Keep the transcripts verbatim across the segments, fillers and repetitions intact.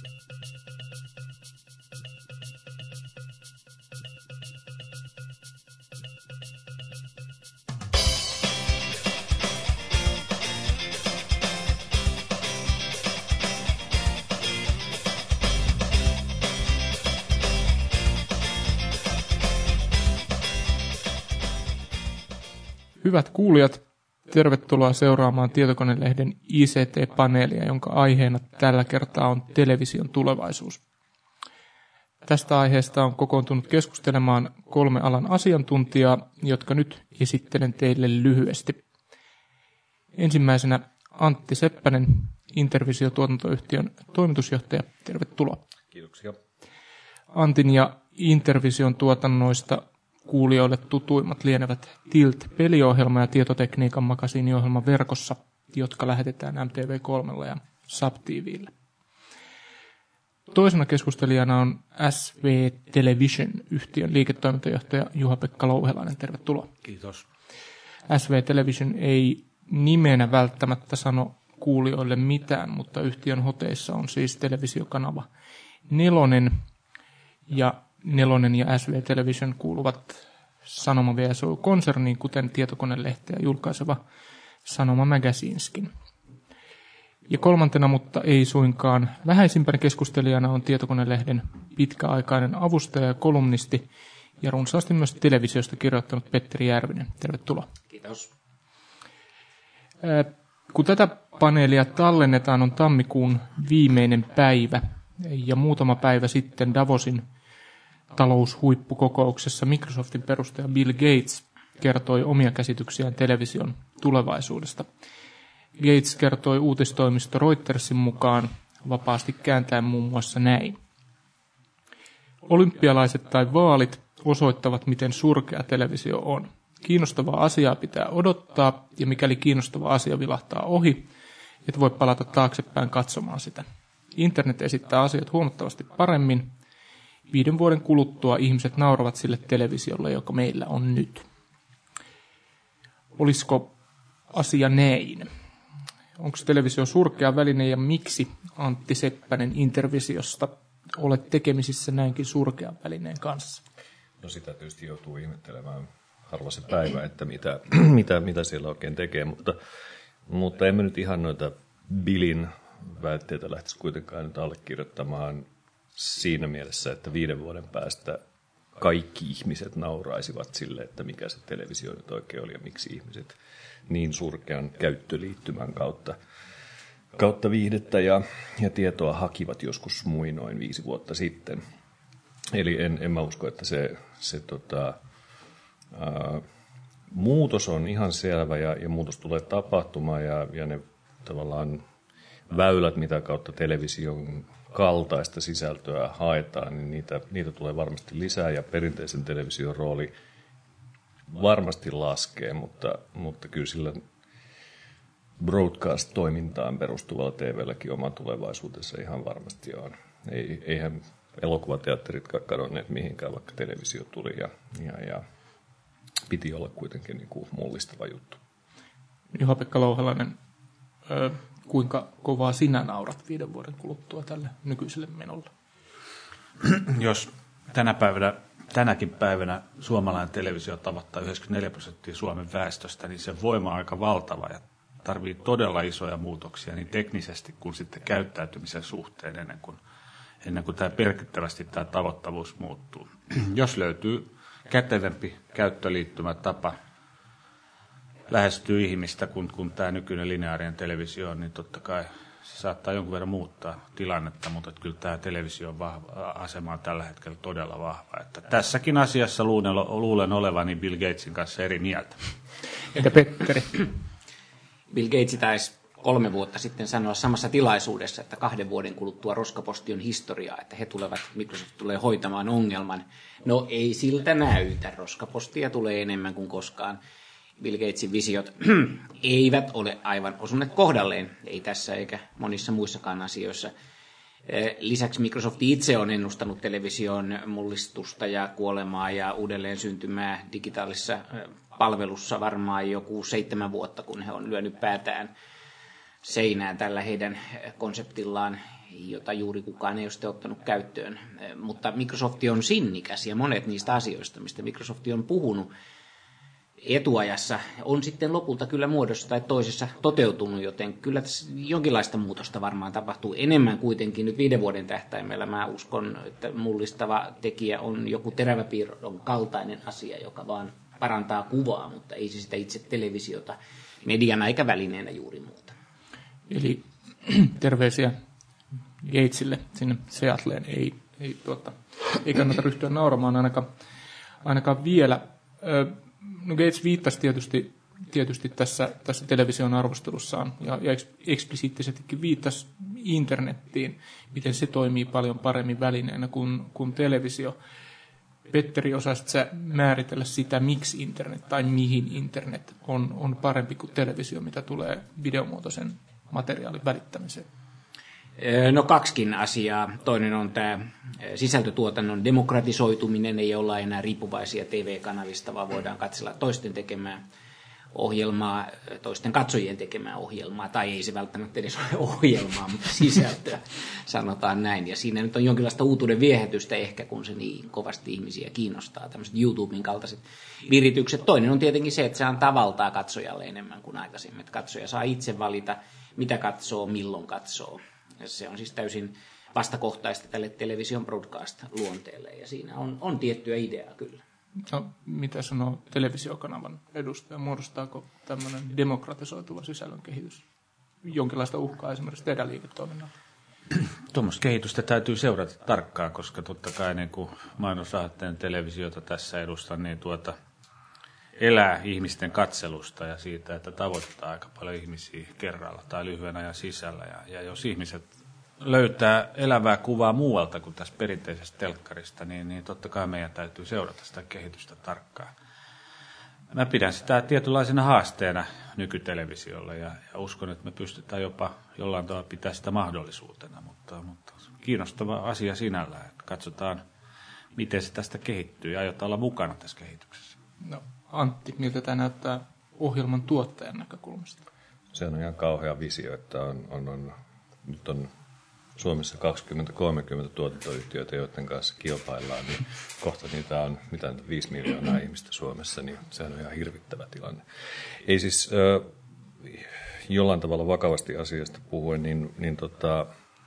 Hyvät kuulijat, tervetuloa seuraamaan Tietokonelehden I C T-paneelia, jonka aiheena tällä kertaa on television tulevaisuus. Tästä aiheesta on kokoontunut keskustelemaan kolme alan asiantuntijaa, jotka nyt esittelen teille lyhyesti. Ensimmäisenä Antti Seppänen, Intervisio-tuotantoyhtiön toimitusjohtaja. Tervetuloa. Kiitoksia. Antin ja Intervision tuotannoista kuulijoille tutuimmat lienevät Tilt-peliohjelma ja tietotekniikan makasiiniohjelma verkossa, jotka lähetetään M T V kolme ja SubTVlle. Toisena keskustelijana on S V Television-yhtiön liiketoimintajohtaja Juha-Pekka Louhelainen. Tervetuloa. Kiitos. S V Television ei nimenä välttämättä sano kuulijoille mitään, mutta yhtiön hoteissa on siis televisiokanava Nelonen, ja Nelonen ja S V Television kuuluvat Sanoma V S O-konserniin, kuten Tietokonelehteä julkaiseva Sanoma Magazineskin. Ja kolmantena, mutta ei suinkaan vähäisimpänä keskustelijana on Tietokonelehden pitkäaikainen avustaja ja kolumnisti ja runsaasti myös televisiosta kirjoittanut Petteri Järvinen. Tervetuloa. Kiitos. Kun tätä paneelia tallennetaan, on tammikuun viimeinen päivä ja muutama päivä sitten Davosin taloushuippukokouksessa Microsoftin perustaja Bill Gates kertoi omia käsityksiään television tulevaisuudesta. Gates kertoi uutistoimisto Reutersin mukaan vapaasti kääntäen muun muassa näin. Olympialaiset tai vaalit osoittavat, miten surkea televisio on. Kiinnostavaa asiaa pitää odottaa, ja mikäli kiinnostava asia vilahtaa ohi, et voi palata taaksepäin katsomaan sitä. Internet esittää asiat huomattavasti paremmin. Viiden vuoden kuluttua ihmiset nauravat sille televisiolle, joka meillä on nyt. Olisiko asia näin? Onko televisio surkea väline ja miksi, Antti Seppänen, Intervisiosta olet tekemisissä näinkin surkean välineen kanssa? No sitä tietysti joutuu ihmettelemään harva se päivä, että mitä, mitä, mitä siellä oikein tekee, mutta, mutta emme nyt ihan noita Billin väitteitä lähtisi kuitenkaan nyt allekirjoittamaan siinä mielessä, että viiden vuoden päästä kaikki ihmiset nauraisivat sille, että mikä se televisio nyt oikein oli ja miksi ihmiset niin surkean käyttöliittymän kautta, kautta viihdettä ja, ja tietoa hakivat joskus muinoin viisi vuotta sitten. Eli en, en mä usko, että se, se tota, ää, muutos on ihan selvä ja, ja muutos tulee tapahtumaan ja, ja ne tavallaan väylät, mitä kautta television kaltaista sisältöä haetaan, niin niitä, niitä tulee varmasti lisää ja perinteisen television rooli varmasti laskee, mutta, mutta kyllä sillä broadcast-toimintaan perustuvalla T V:lläkin oma tulevaisuudessa ihan varmasti on. Ei, eihän elokuvateatteritkaan kadonneet mihinkään, vaikka televisio tuli ja, ja, ja piti olla kuitenkin niin kuin mullistava juttu. Juha-Pekka Louhelainen, ö, kuinka kovaa sinä naurat viiden vuoden kuluttua tälle nykyiselle menolle? Jos tänä päivänä, tänäkin päivänä suomalainen televisio tavoittaa yhdeksänkymmentäneljä prosenttia Suomen väestöstä, niin se voima on aika valtava ja tarvii todella isoja muutoksia niin teknisesti kuin sitten käyttäytymisen suhteen ennen kuin, ennen kuin tämä merkittävästi tämä tavoittavuus muuttuu. Jos löytyy kätevämpi käyttöliittymätapa lähestyy ihmistä, kun, kun tämä nykyinen lineaarinen televisio on, niin totta kai se saattaa jonkun verran muuttaa tilannetta, mutta kyllä tämä television vahva, asema on tällä hetkellä todella vahva. Että tässäkin asiassa luulen, luulen olevani Bill Gatesin kanssa eri mieltä. Entä Petteri? Bill Gates taisi kolme vuotta sitten sanoa samassa tilaisuudessa, että kahden vuoden kuluttua roskaposti on historiaa, että he tulevat, Microsoft tulee hoitamaan ongelman. No ei siltä näytä, roskapostia tulee enemmän kuin koskaan. Bill Gatesin visiot eivät ole aivan osuneet kohdalleen, ei tässä eikä monissa muissakaan asioissa. Lisäksi Microsoft itse on ennustanut television mullistusta ja kuolemaa ja uudelleen syntymää digitaalisessa palvelussa varmaan joku seitsemän vuotta, kun he on lyönyt päätään seinään tällä heidän konseptillaan jota juuri kukaan ei ole sitten ottanut käyttöön. Mutta Microsoft on sinnikäs ja monet niistä asioista, mistä Microsoft on puhunut etuajassa, on sitten lopulta kyllä muodossa tai toisessa toteutunut, joten kyllä tässä jonkinlaista muutosta varmaan tapahtuu enemmän kuitenkin nyt viiden vuoden tähtäimellä. Mä uskon, että mullistava tekijä on joku teräväpiirron kaltainen asia, joka vaan parantaa kuvaa, mutta ei se sitä itse televisiota mediana eikä välineenä juuri muuta. Eli terveisiä Gatesille sinne Seattleen. Ei, ei, tuota, ei kannata ryhtyä nauramaan ainakaan, ainakaan vielä. No Gates viittasi tietysti, tietysti tässä, tässä television arvostelussaan ja, ja eksplisiittisestikin viittasi internettiin, miten se toimii paljon paremmin välineenä kuin, kuin televisio. Petteri, osaisit sä määritellä sitä, miksi internet tai mihin internet on, on parempi kuin televisio, mitä tulee videomuotoisen materiaalin välittämiseen? No kaksikin asiaa. Toinen on tämä sisältötuotannon demokratisoituminen, ei olla enää riippuvaisia T V-kanavista, vaan voidaan katsella toisten tekemää ohjelmaa, toisten katsojien tekemää ohjelmaa, tai ei se välttämättä edes ole ohjelmaa, mutta sisältöä, sanotaan näin. Ja siinä nyt on jonkinlaista uutuuden viehätystä ehkä, kun se niin kovasti ihmisiä kiinnostaa, tämmöiset YouTuben kaltaiset viritykset. Toinen on tietenkin se, että se antaa valtaa katsojalle enemmän kuin aikaisemmin, että katsoja saa itse valita, mitä katsoo, milloin katsoo. Ja se on siis täysin vastakohtaista tälle television broadcast-luonteelle, ja siinä on, on tiettyä ideaa kyllä. No, mitä sanoo televisiokanavan edustaja? Muodostaako tämmöinen demokratisoituva sisällön kehitys jonkinlaista uhkaa esimerkiksi teidän liiketoiminnalla? Tuommoista kehitystä täytyy seurata tarkkaan, koska totta kai niin kuin mainosrahoitteen televisiota tässä edustan, niin tuota, elää ihmisten katselusta ja siitä, että tavoitetaan aika paljon ihmisiä kerralla tai lyhyen ajan sisällä. Ja, ja jos ihmiset löytää elävää kuvaa muualta kuin tästä perinteisestä telkkarista, niin, niin totta kai meidän täytyy seurata sitä kehitystä tarkkaan. Mä pidän sitä tietynlaisena haasteena nykytelevisiolle ja, ja uskon, että me pystytään jopa jollain tavalla pitää sitä mahdollisuutena, mutta, mutta kiinnostava asia sinällään, että katsotaan, miten se tästä kehittyy ja aiotaan olla mukana tässä kehityksessä. No, Antti, miltä tämä näyttää ohjelman tuottajan näkökulmasta? Se on ihan kauhea visio, että on, on, on, nyt on Suomessa kaksikymmentä kolmekymmentä tuotantoyhtiöitä, joiden kanssa kilpaillaan, niin kohta niitä on mitä viisi miljoonaa ihmistä Suomessa, niin sehän on ihan hirvittävä tilanne. Ei siis äh, jollain tavalla vakavasti asiasta puhuen, niin, niin tota,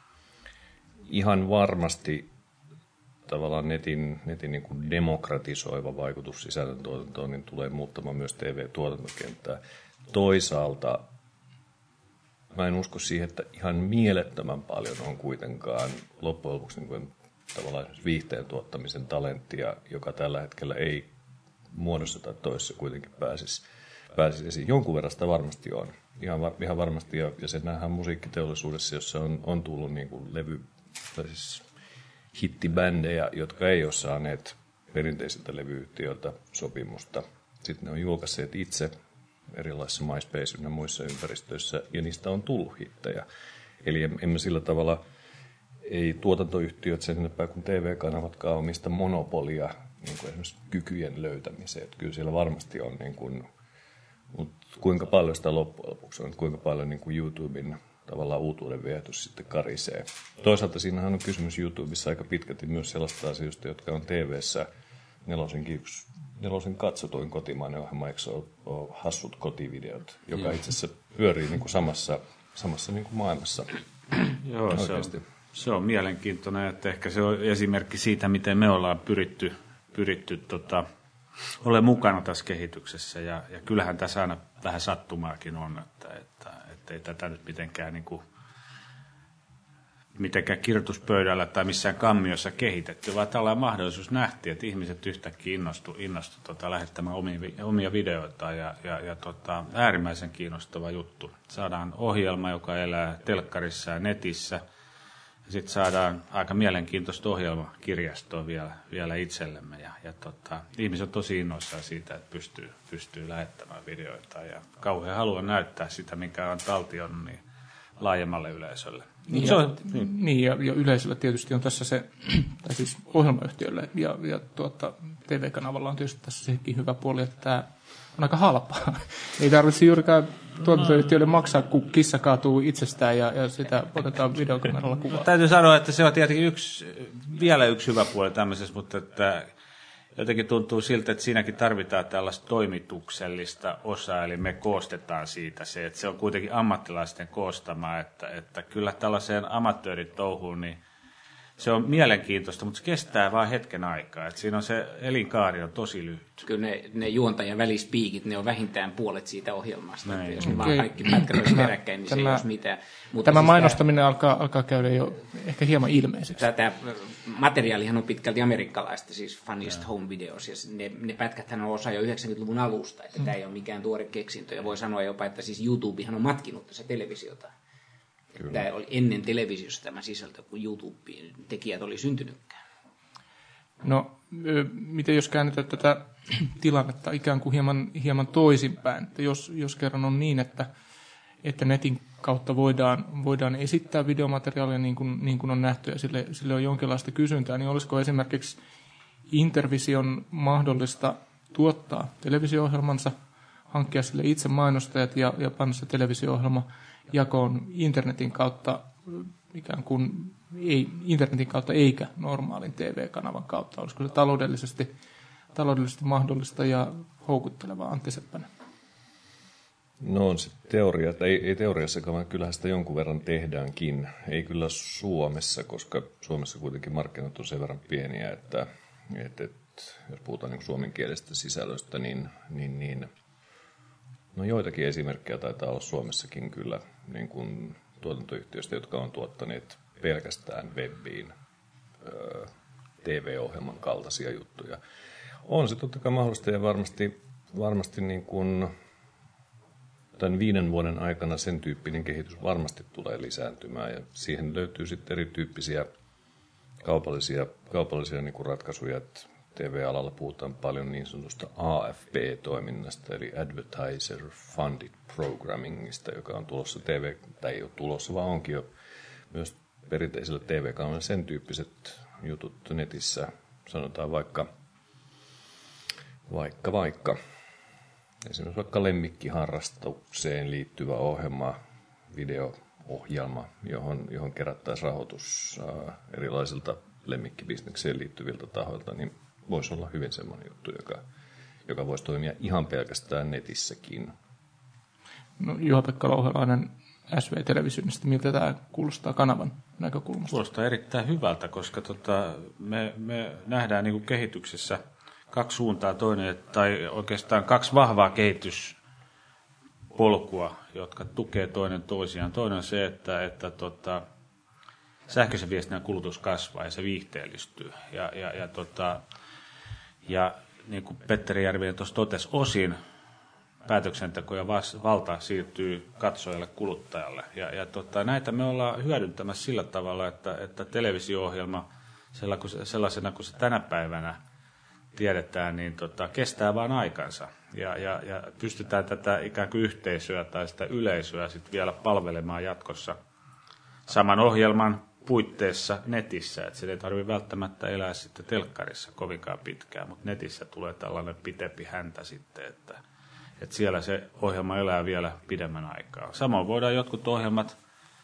ihan varmasti tavallaan netin, netin niin kuin demokratisoiva vaikutus sisällöntuotantoon niin tulee muuttamaan myös T V-tuotantokenttää. Toisaalta mä en usko siihen, että ihan mielettömän paljon on kuitenkaan loppujen lopuksi niin kuin tavallaan viihteen tuottamisen talenttia, joka tällä hetkellä ei muodossa tai toisessa kuitenkin pääsisi, pääsisi esiin. Jonkun verran sitä varmasti on. Ihan, ihan varmasti, ja, ja se nähdään musiikkiteollisuudessa, jossa on, on tullut niin kuin levy, tai siis hittibändejä, jotka ei ole saaneet perinteisiltä levyyhtiöiltä sopimusta. Sitten ne on julkaisseet itse erilaisissa MySpace ja muissa ympäristöissä, ja niistä on tullut hittejä. Eli emme sillä tavalla, ei tuotantoyhtiöt sen enempää kuin T V-kanavatkaan omista monopolia niin kuin esimerkiksi kykyjen löytämiseen. Että kyllä siellä varmasti on, niin kuin, mutta kuinka paljon sitä loppujen lopuksi on, kuinka paljon niin kuin YouTuben tavallaan uutuuden viehätys sitten karisee. Toisaalta siinähän on kysymys YouTubessa aika pitkälti myös sellaista asioista, jotka on T V:ssä nelosenkin yksi nelosen katsotuin kotimainen ohjelma, eikö se ole, ole Hassut kotivideot, joka itse asiassa pyörii niin kuin samassa, samassa niin kuin maailmassa. Joo, se on, se on mielenkiintoinen, että ehkä se on esimerkki siitä, miten me ollaan pyritty, pyritty tota, ole mukana tässä kehityksessä, ja, ja kyllähän tässä aina vähän sattumaakin on, että, että, että ei tätä nyt mitenkään, niin kuin, mitenkään kirjoituspöydällä tai missään kammiossa kehitetty, vaan tällainen mahdollisuus nähtiin, että ihmiset yhtäkkiä innostu, innostu tota, lähettämään omia, omia videoita, ja, ja, ja tota, äärimmäisen kiinnostava juttu. Saadaan ohjelma, joka elää telkkarissa ja netissä, ja sitten saadaan aika mielenkiintoista ohjelmakirjastoa vielä, vielä itsellemme. Ja, ja tota, ihmiset on tosi innoissaan siitä, että pystyy, pystyy lähettämään videoita. Ja kauhean haluan näyttää sitä, mikä on taltion niin laajemmalle yleisölle. Niin, se ja, on, niin. niin ja, ja yleisöllä tietysti on tässä se, tai siis ohjelmayhtiöllä ja, ja tuota, T V-kanavalla on tietysti tässä sekin hyvä puoli, että tämä on aika halpaa. Ei tarvitse juurikaan tuotantoyhtiöille maksaa, kun kissa kaatuu itsestään ja, ja sitä otetaan videokameralla kuvaa. No, täytyy sanoa, että se on tietenkin yksi, vielä yksi hyvä puoli tämmöisessä, mutta että jotenkin tuntuu siltä, että siinäkin tarvitaan tällaista toimituksellista osaa, eli me koostetaan siitä se, että se on kuitenkin ammattilaisten koostama, että, että kyllä tällaiseen amatööritouhuun, niin se on mielenkiintoista, mutta se kestää vain hetken aikaa, että siinä on se elinkaari on tosi lyhyt. Kyllä ne, ne juontajan välispiikit, ne on vähintään puolet siitä ohjelmasta, Näin. että jos ne Okei. vaan kaikki pätkät olisi peräkkäin, niin Tämä- se ei olisi mitään. Mutta Tämä siis mainostaminen alkaa, alkaa käydä jo ehkä hieman ilmeiseksi. Tämä, tämä materiaalihan on pitkälti amerikkalaista, siis Funniest Home Videos, ja ne, ne pätkäthän on osa jo yhdeksänkymmentäluvun alusta, että mm. tämä ei ole mikään tuore keksintö, ja voi sanoa jopa, että siis YouTubehan on matkinut tässä televisiota. Kyllä. Tämä oli ennen televisiossa tämä sisältö, kun YouTube-tekijät oli syntynytkään. No, ö, miten jos käännetään tätä tilannetta ikään kuin hieman, hieman toisinpäin, että jos, jos kerran on niin, että, että netin kautta voidaan, voidaan esittää videomateriaalia niin kuin, niin kuin on nähty ja sille, sille on jonkinlaista kysyntää, niin olisiko esimerkiksi Intervision mahdollista tuottaa televisio-ohjelmansa, hankkia sille itse mainostajat ja, ja panna se televisio-ohjelma jakoon internetin kautta, ikään kuin ei, internetin kautta eikä normaalin T V-kanavan kautta. Olisiko se taloudellisesti, taloudellisesti mahdollista ja houkuttelevaa, Antti Seppänen? No on se teoria, että ei, ei teoriassakaan, vaan kyllähän sitä jonkun verran tehdäänkin. Ei kyllä Suomessa, koska Suomessa kuitenkin markkinat on sen verran pieniä, että, että, että jos puhutaan niin suomenkielisestä sisällöstä, niin, niin, niin no joitakin esimerkkejä taitaa olla Suomessakin kyllä niin kuin tuotantoyhtiöistä, jotka on tuottaneet pelkästään webiin ö, T V-ohjelman kaltaisia juttuja. On se totta kai mahdollista ja varmasti, varmasti niin kuin tämän viiden vuoden aikana sen tyyppinen kehitys varmasti tulee lisääntymään ja siihen löytyy sitten erityyppisiä kaupallisia, kaupallisia niin kuin ratkaisuja. T V-alalla puhutaan paljon niin sanotusta A F P-toiminnasta, eli Advertiser Funded Programmingista, joka on tulossa T V, tai ei ole tulossa, vaan onkin jo myös perinteisellä T V-kanavalla sen tyyppiset jutut netissä, sanotaan vaikka, vaikka, vaikka. Esimerkiksi vaikka lemmikkiharrastukseen liittyvä ohjelma, video-ohjelma, johon, johon kerättäisiin rahoitus äh, erilaisilta lemmikkibisnekseen liittyviltä tahoilta, niin voisi olla hyvin semmoinen juttu, joka, joka voisi toimia ihan pelkästään netissäkin. No, Juha-Pekka Louhelainen S V-televisiosta, miltä tämä kuulostaa kanavan näkökulmasta? Kuulostaa erittäin hyvältä, koska tota, me, me nähdään niin kuin kehityksessä kaksi suuntaa, toinen, tai oikeastaan kaksi vahvaa kehityspolkua, jotka tukee toinen toisiaan. Toinen on se, että, että tota, sähköisen viestinnän kulutus kasvaa ja se viihteellistyy. Ja, ja, ja, tota, ja niin kuin Petteri Järvinen tuossa totesi, osin päätöksenteko ja valta siirtyy katsojalle, kuluttajalle. Ja, ja tota, näitä me ollaan hyödyntämässä sillä tavalla, että, että televisio-ohjelma sellaisena kuin se tänä päivänä tiedetään, niin tota, kestää vain aikansa. Ja, ja, ja pystytään tätä ikään kuin yhteisöä tai sitä yleisöä sit vielä palvelemaan jatkossa saman ohjelman puitteissa netissä. Et se ei tarvitse välttämättä elää sitten telkkarissa kovinkaan pitkään, mutta netissä tulee tällainen pitempi häntä sitten, että, että siellä se ohjelma elää vielä pidemmän aikaa. Samoin voidaan jotkut ohjelmat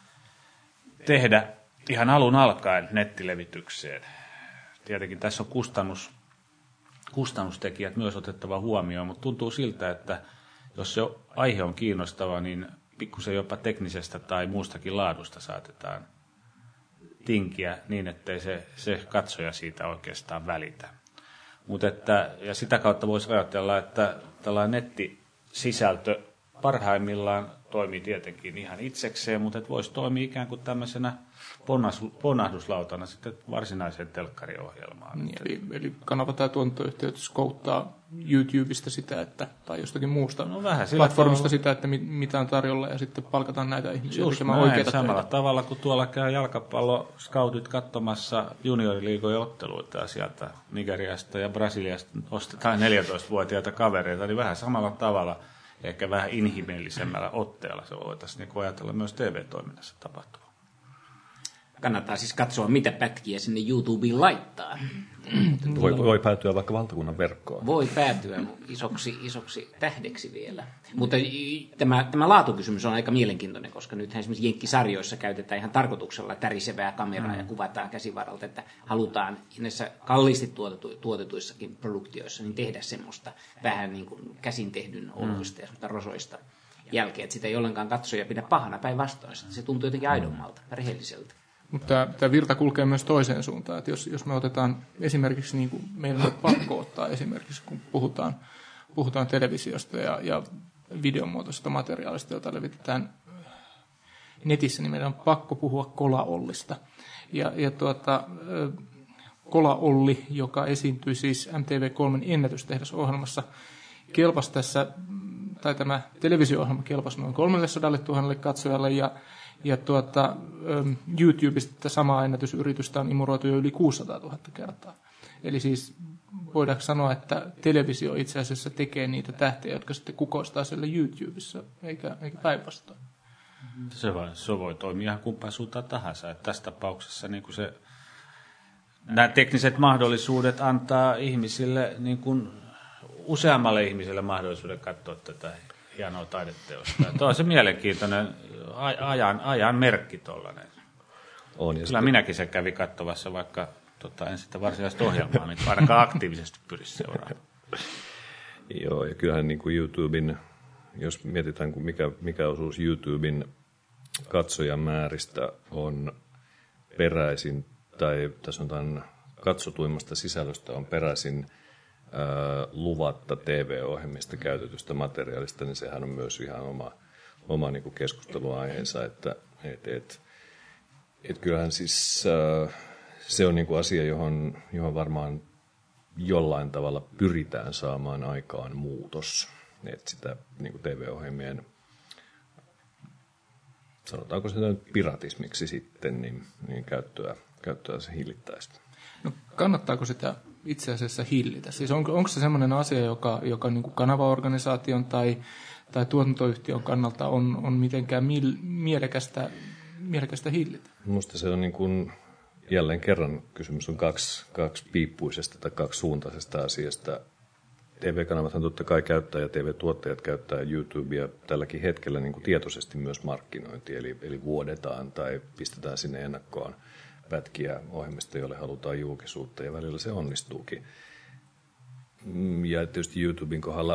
tehdä ihan alun alkaen nettilevitykseen. Tietenkin tässä on kustannus kustannustekijät myös otettava huomioon, mutta tuntuu siltä, että jos se aihe on kiinnostava, niin pikkusen jopa teknisestä tai muustakin laadusta saatetaan tinkiä niin, ettei se, se katsoja siitä oikeastaan välitä. Mut että, ja sitä kautta voisi ajatella, että tällainen nettisisältö parhaimmillaan toimii tietenkin ihan itsekseen, mutta että voisi toimia ikään kuin tämmöisenä ponnahduslautana sitten varsinaiseen telkkariohjelmaan. Niin, eli, eli kanava tai tuotantoyhtiöt skouttaa YouTubesta sitä, että, tai jostakin muusta no vähän platformista tavalla sitä, että mit, mitä on tarjolla, ja sitten palkataan näitä ihmisiä just tekemään näin, oikeita samalla töitä. tavalla kuin tuolla käy jalkapalloscoutit katsomassa junioriliigojen otteluita ja sieltä Nigeriasta ja Brasiliasta ostetaan neljätoistavuotiaita kavereita, niin vähän samalla tavalla, ehkä vähän inhimillisemmällä otteella se voitaisiin niin ajatella myös T V-toiminnassa tapahtuva. Kannattaa siis katsoa, mitä pätkiä sinne YouTubeen laittaa. Voi, voi päätyä vaikka valtakunnan verkkoon. Voi päätyä isoksi, isoksi tähdeksi vielä. Mutta tämä, tämä laatukysymys on aika mielenkiintoinen, koska nythän esimerkiksi jenkkisarjoissa käytetään ihan tarkoituksella tärisevää kameraa mm. ja kuvataan käsivaralta, että halutaan näissä kalliisti tuotetu, tuotetuissakin produktioissa niin tehdä semmoista vähän niin kuin käsin tehdyn oloista mm. ja semmoista rosoista jälkeen, että sitä ei ollenkaan katsoja pidä pahana päinvastoin. Se tuntuu jotenkin aidommalta ja rehelliseltä. Mutta tämä, tämä virta kulkee myös toiseen suuntaan. Että jos, jos me otetaan esimerkiksi, niin kuin meidän on pakko ottaa esimerkiksi, kun puhutaan, puhutaan televisiosta ja, ja videomuotoisesta materiaalista, jota levitetään netissä, niin meidän on pakko puhua Kola-Ollista. Ja, ja tuota, Kola-Olli, joka esiintyi siis M T V kolmen ennätystehdasohjelmassa, kelpasi tässä, tai tämä televisio-ohjelma kelpasi noin kolmesataa tuhatta katsojalle, ja Ja tuota, YouTubesta samaa ennätysyritystä on imuroitu jo yli kuusisataatuhatta kertaa. Eli siis voidaanko sanoa, että televisio itse asiassa tekee niitä tähtiä, jotka sitten kukoistaa siellä YouTubessa, eikä, eikä päinvastoin. Se voi, se voi toimia ihan kumpaan suuntaan tahansa. Että tässä tapauksessa niin kuin se, nämä tekniset mahdollisuudet antaa ihmisille, niin kuin useammalle ihmiselle mahdollisuuden katsoa tätä hienoa taideteosta. Tuo on se mielenkiintoinen ajan, ajan merkki tuollainen. On, Kyllä sitten minäkin se kävi katsovassa, vaikka tota, en sitä varsinaista ohjelmaa, niin ainakaan aktiivisesti pyri seuraamaan. Joo, ja kyllähän niin kuin YouTuben, jos mietitään, mikä, mikä osuus YouTuben katsojamääristä on peräisin, tai tässä on tämän katsotuimmasta sisällöstä on peräisin luvatta T V-ohjelmista käytetystä materiaalista, niin sehän on myös ihan oma, oma niin kuin keskusteluaiheensa, että et, et, et kyllähän siis äh, se on niin kuin asia, johon, johon varmaan jollain tavalla pyritään saamaan aikaan muutos, että sitä niin kuin T V-ohjelmien, sanotaanko se nyt piratismiksi sitten, niin, niin käyttöä, käyttöä se hillittäisi. No kannattaako sitä itse asiassa hillitä? Siis onko, onko se sellainen asia, joka, joka niin kuin kanavaorganisaation tai, tai tuotantoyhtiön kannalta on, on mitenkään mil, mielekästä, mielekästä hillitä? Minusta se on niin kuin, jälleen kerran kysymys on kaksi, kaksi piippuisesta tai kaksi suuntaisesta asiasta. T V-kanavathan totta kai käyttää ja T V-tuottajat käyttää YouTubea tälläkin hetkellä niin kuin tietoisesti myös markkinointi, eli, eli vuodetaan tai pistetään sinne ennakkoon pätkiä ohjelmista, joille halutaan julkisuutta, ja välillä se onnistuukin. Ja tietysti YouTuben kohdalla,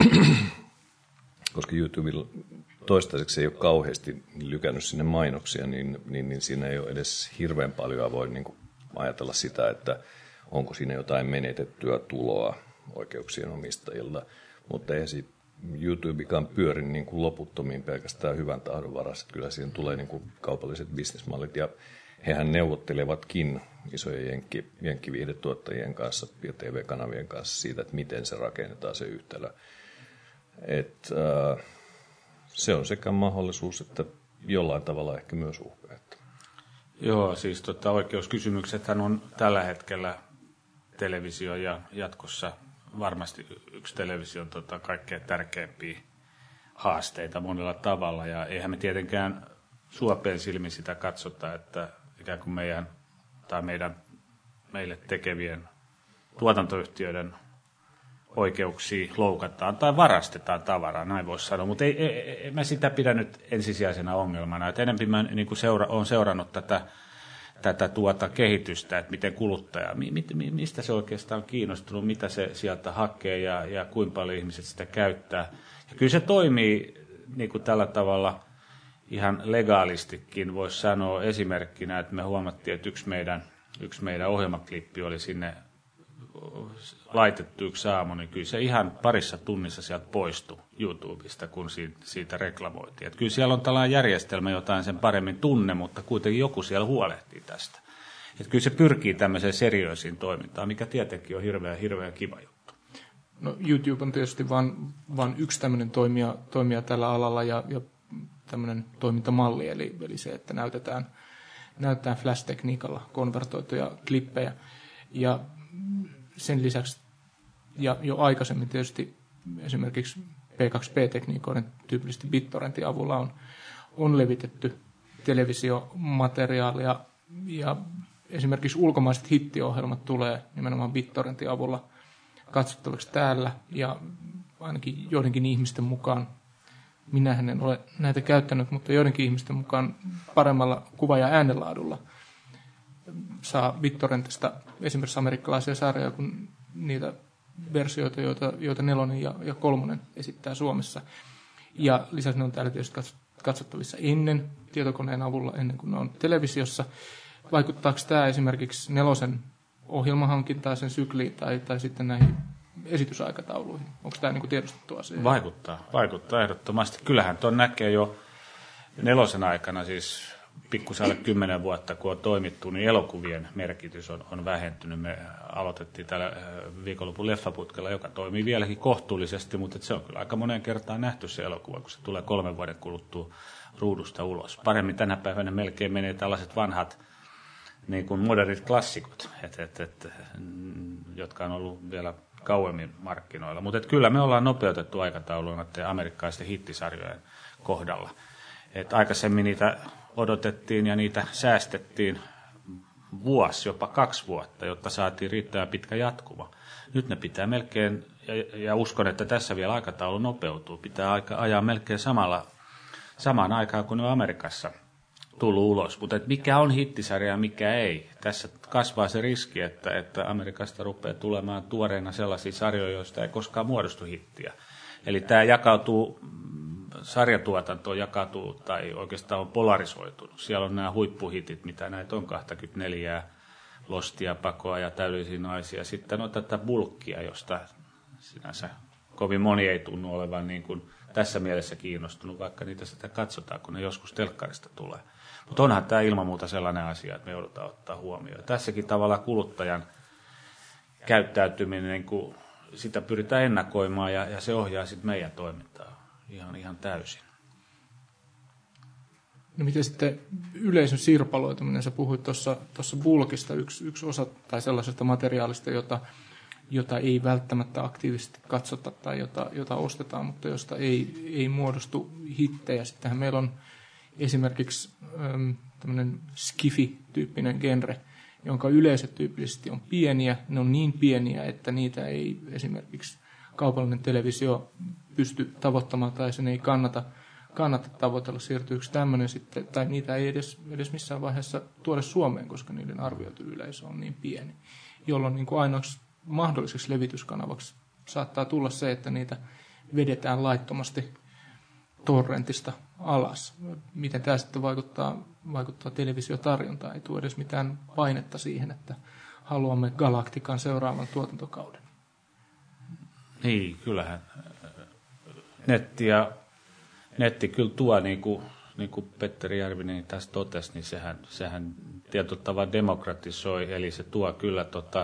koska YouTubella toistaiseksi ei ole kauheasti lykännyt sinne mainoksia, niin, niin, niin siinä ei ole edes hirveän paljon voi niin kuin ajatella sitä, että onko siinä jotain menetettyä tuloa oikeuksien omistajilta. Mutta eihän siitä YouTubekaan pyöri niin kuin loputtomiin pelkästään hyvän tahdon varassa. Kyllä siihen tulee niin kuin kaupalliset bisnesmallit, ja hehän neuvottelevatkin isojen jenkki, jenkkiviihdetuottajien kanssa ja T V-kanavien kanssa siitä, että miten se rakennetaan se yhtälö. Et, äh, se on sekä mahdollisuus, että jollain tavalla ehkä myös uhka. Joo, siis tota, oikeuskysymyksethän on tällä hetkellä televisio ja jatkossa varmasti yksi television tota, kaikkein tärkeimpiä haasteita monella tavalla. Ja eihän me tietenkään suopein silmin sitä katsota, että ikään kuin meidän, tai meidän, meille tekevien tuotantoyhtiöiden oikeuksia loukataan tai varastetaan tavaraa, näin voisi sanoa. Mutta ei, ei, ei mä sitä pidä nyt ensisijaisena ongelmana. Et enemmän mä niin kuin seura, olen seurannut tätä, tätä tuota kehitystä, että miten kuluttaja, mi, mi, mistä se oikeastaan on kiinnostunut, mitä se sieltä hakee ja, ja kuinka paljon ihmiset sitä käyttää. Ja kyllä se toimii niin kuin tällä tavalla ihan legaalistikin, voisi sanoa esimerkkinä, että me huomattiin, että yksi meidän, yksi meidän ohjelmaklippi oli sinne laitettu yksi aamu, niin kyllä se ihan parissa tunnissa sieltä poistui YouTubesta, kun siitä, siitä reklamoitiin. Että kyllä siellä on tällainen järjestelmä, jotain sen paremmin tunne, mutta kuitenkin joku siellä huolehtii tästä. Että kyllä se pyrkii tämmöiseen seriöisiin toimintaan, mikä tietenkin on hirveän, hirveän kiva juttu. No YouTube on tietysti vain, vain yksi tämmöinen toimija, toimija tällä alalla ja, ja tämmöinen toimintamalli, eli, eli se, että näytetään, näytetään flash-tekniikalla konvertoituja klippejä. Ja sen lisäksi, ja jo aikaisemmin tietysti esimerkiksi P kaksi P-tekniikoiden tyypillisesti BitTorrentin avulla on, on levitetty televisiomateriaalia ja esimerkiksi ulkomaiset hittiohjelmat tulee nimenomaan BitTorrentin avulla katsottavaksi täällä, ja ainakin joidenkin ihmisten mukaan, minähän en ole näitä käyttänyt, mutta joidenkin ihmisten mukaan paremmalla kuva- ja äänenlaadulla saa BitTorrentista esimerkiksi amerikkalaisia sarjoja kuin niitä versioita, joita, joita nelonen ja, ja kolmonen esittää Suomessa. Ja lisäksi ne on täällä tietysti katsottavissa ennen tietokoneen avulla, ennen kuin ne on televisiossa. Vaikuttaako tämä esimerkiksi nelosen ohjelmahankintaan, sen sykliin tai, tai sitten näihin esitysaikatauluihin? Onko tämä niin kuin tiedostettu asia? Vaikuttaa, vaikuttaa ehdottomasti. Kyllähän tuon näkee jo nelosen aikana, siis pikkusen alle kymmenen vuotta, kun on toimittu, niin elokuvien merkitys on, on vähentynyt. Me aloitettiin täällä viikonlopun leffaputkella, joka toimii vieläkin kohtuullisesti, mutta se on kyllä aika monen kertaan nähty se elokuva, kun se tulee kolmen vuoden kuluttua ruudusta ulos. Paremmin tänä päivänä melkein menee tällaiset vanhat niin kuin modernit klassikot, et, et, et, jotka on ollut vielä kauemmin markkinoilla. Mutta kyllä me ollaan nopeutettu aikataulua näiden amerikkalaisten hittisarjojen kohdalla. Et aikaisemmin niitä odotettiin ja niitä säästettiin vuosi, jopa kaksi vuotta, jotta saatiin riittävän pitkä jatkuva. Nyt ne pitää melkein, ja, ja uskon, että tässä vielä aikataulu nopeutuu, pitää aika, ajaa melkein samalla, samaan aikaan kuin ne on Amerikassa tullut ulos. Mutta mikä on hittisarja ja mikä ei? Tässä kasvaa se riski, että, että Amerikasta rupeaa tulemaan tuoreena sellaisia sarjoja, joista ei koskaan muodostu hittiä. Eli tämä jakautuu, sarjatuotanto jakautuu tai oikeastaan on polarisoitunut. Siellä on nämä huippuhitit, mitä näitä on kaksikymmentäneljä, Lostia, Pakoa ja Täydellisiä naisia. Sitten on tätä bulkkia, josta sinänsä kovin moni ei tunnu olevan niin kuin tässä mielessä kiinnostunut, vaikka niitä sitä katsotaan, kun ne joskus telkkarista tulee. Mutta onhan tämä ilman muuta sellainen asia, että me joudutaan ottaa huomioon. Tässäkin tavalla kuluttajan käyttäytyminen, niin kuin sitä pyritään ennakoimaan ja, ja se ohjaa sitten meidän toimintaa ihan, ihan täysin. No miten sitten yleisön sirpaloituminen? Sä puhuit tuossa bulkista, yksi, yksi osa tai sellaisesta materiaalista, jota, jota ei välttämättä aktiivisesti katsota tai jota, jota ostetaan, mutta josta ei, ei muodostu hittejä. Sittenhän meillä on esimerkiksi äm, tämmöinen skifi-tyyppinen genre, jonka yleisöt tyypillisesti on pieniä. Ne on niin pieniä, että niitä ei esimerkiksi kaupallinen televisio pysty tavoittamaan tai sen ei kannata, kannata tavoitella. Siirtyykö tämmöinen sitten, tai niitä ei edes, edes missään vaiheessa tuoda Suomeen, koska niiden arvioitu yleisö on niin pieni, jolloin niin kuin ainoaksi mahdolliseksi levityskanavaksi saattaa tulla se, että niitä vedetään laittomasti torrentista alas. Miten tämä sitten vaikuttaa, vaikuttaa televisiotarjontaan? Ei tule edes mitään painetta siihen, että haluamme Galaktikan seuraavan tuotantokauden. Niin, kyllähän netti, ja, netti kyllä tuo, niin kuin, niin kuin Petteri Järvinen tässä totesi, niin sehän, sehän tietyllä tavalla demokratisoi, eli se tuo kyllä tota,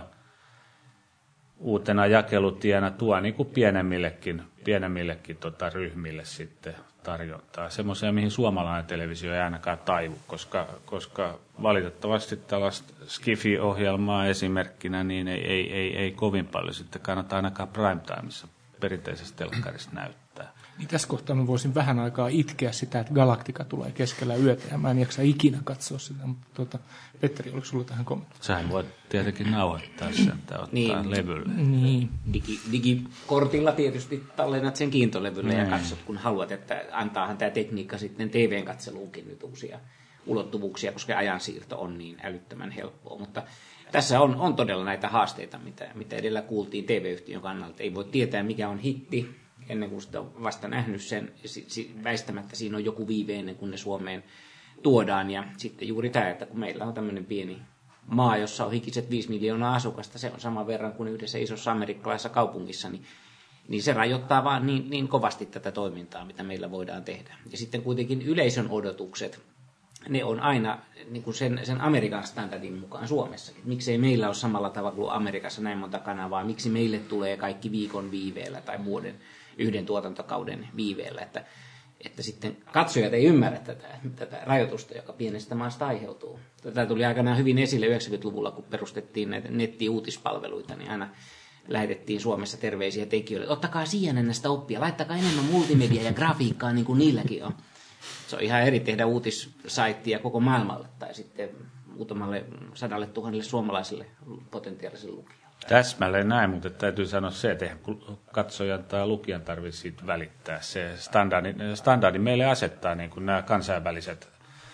uutena jakelutienä tuo niin kuin pienemmillekin, pienemmillekin tota, ryhmille sitten tarjontaa. Semmoiseen, mihin suomalainen televisio ei ainakaan taivu, koska, koska valitettavasti tällaista Skifi-ohjelmaa esimerkkinä niin ei, ei, ei, ei kovin paljon sitten kannata ainakaan primetimeissa perinteisessä telkkarissa näyttää. Niin tässä kohtaa mä voisin vähän aikaa itkeä sitä, että Galaktika tulee keskellä yötä ja mä en jaksa ikinä katsoa sitä, mutta tuota, Petteri, oliko sulla tähän kommentti? Sähän voit tietenkin nauhoittaa sen tai ottaa niin, levylle. Niin. Digi, digikortilla tietysti tallennat sen kiintolevylle mm. ja katsot, kun haluat, että antaahan tämä tekniikka sitten T V-katseluunkin nyt uusia ulottuvuuksia, koska ajansiirto on niin älyttömän helppoa, mutta tässä on, on todella näitä haasteita, mitä, mitä edellä kuultiin T V-yhtiön kannalta. Ei voi tietää, mikä on hitti, ennen kuin sitä on vasta nähnyt sen. Väistämättä siinä on joku viive ennen kuin ne Suomeen tuodaan. Ja sitten juuri tämä, että kun meillä on tämmöinen pieni maa, jossa on hikiset viisi miljoonaa asukasta, se on sama verran kuin yhdessä isossa amerikkalaisessa kaupungissa, niin, niin se rajoittaa vaan niin, niin kovasti tätä toimintaa, mitä meillä voidaan tehdä. Ja sitten kuitenkin yleisön odotukset, ne on aina niin kuin sen, sen Amerikan standardin mukaan Suomessakin. Miksei meillä ole samalla tavalla kuin Amerikassa näin monta kanavaa, miksi meille tulee kaikki viikon viiveellä tai vuoden yhden tuotantokauden viiveellä, että, että sitten katsojat ei ymmärrä tätä, tätä rajoitusta, joka pienestä maasta aiheutuu. Tätä tuli aikanaan hyvin esille yhdeksänkymmentäluvulla, kun perustettiin näitä netti-uutispalveluita, niin aina lähetettiin Suomessa terveisiä tekijöille. Ottakaa C N N:stä oppia, laittakaa enemmän multimediaa ja grafiikkaa niin kuin niilläkin on. Se on ihan eri tehdä uutissaittia koko maailmalle tai sitten muutamalle sadalle tuhannelle suomalaiselle potentiaaliselle lukijalle. Täsmälleen näin, mutta täytyy sanoa se, että eihän katsojan tai lukijan tarvitse siitä välittää. Se standardi, standardi meille asettaa niin kuin nämä kansainväliset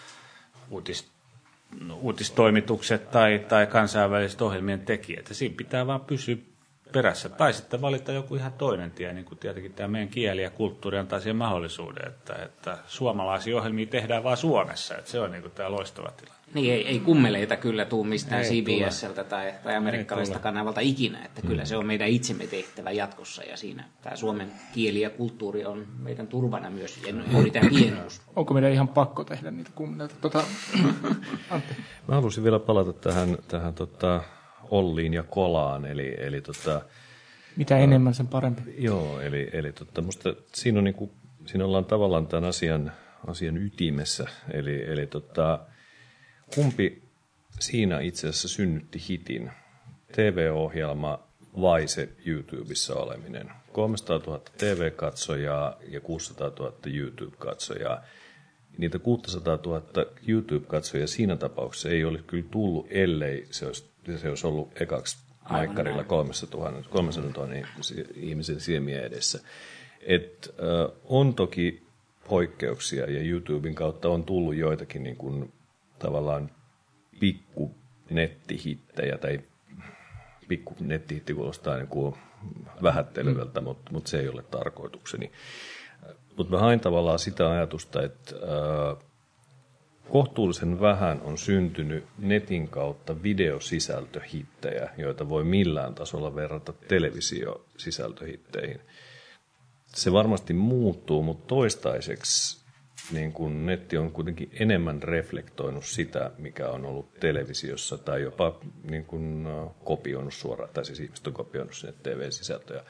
uutist, uutistoimitukset tai, tai kansainväliset ohjelmien tekijät. Ja siinä pitää vaan pysyä perässä. Tai sitten valita joku ihan toinen tie, niin kuin tietenkin tämä meidän kieli ja kulttuuri antaa siihen mahdollisuuden, että, että suomalaisia ohjelmia tehdään vaan Suomessa. Että se on niin kuin tämä loistava tilanne. Niin, ei, ei kummeleita kyllä tule mistään C B S:ltä tai, tai amerikkalaisesta kanavalta ikinä, että kyllä se on meidän itsemme tehtävä jatkossa ja siinä tämä suomen kieli ja kulttuuri on meidän turvana myös ja juuri tämä hienous. Onko meidän ihan pakko tehdä niitä kummeleita? Tota, Antti. Mä haluaisin vielä palata tähän, tähän tota Olliin ja Kolaan, eli, eli tota, mitä enemmän sen parempi. Joo, eli, eli tota, musta siinä, on niinku, siinä ollaan tavallaan tämän asian, asian ytimessä, eli, eli tota, kumpi siinä itse asiassa synnytti hitin? T V-ohjelma vai se YouTubessa oleminen? kolmesataatuhatta T V-katsojaa ja kuusisataatuhatta YouTube-katsojaa. Niitä kuusisataatuhatta YouTube-katsojia siinä tapauksessa ei olisi kyllä tullut, ellei se olisi, se olisi ollut ekaksi maikkarilla kolmesataa ihmisen silmiä edessä. Et, äh, on toki poikkeuksia ja YouTuben kautta on tullut joitakin niin kuin, tavallaan pikku nettihittejä tai pikku nettihitti kuulostaa niin kuin vähättelevältä, mm. mutta, mutta se ei ole tarkoitukseni. Mutta mä hain tavallaan sitä ajatusta, että äh, kohtuullisen vähän on syntynyt netin kautta videosisältöhittejä, joita voi millään tasolla verrata televisiosisältöhitteihin. Se varmasti muuttuu, mutta toistaiseksi niin kun netti on kuitenkin enemmän reflektoinut sitä, mikä on ollut televisiossa tai jopa niin kun kopioinut suoraan, tai siis ihmiset on kopioinut sinne T V-sisältöjä.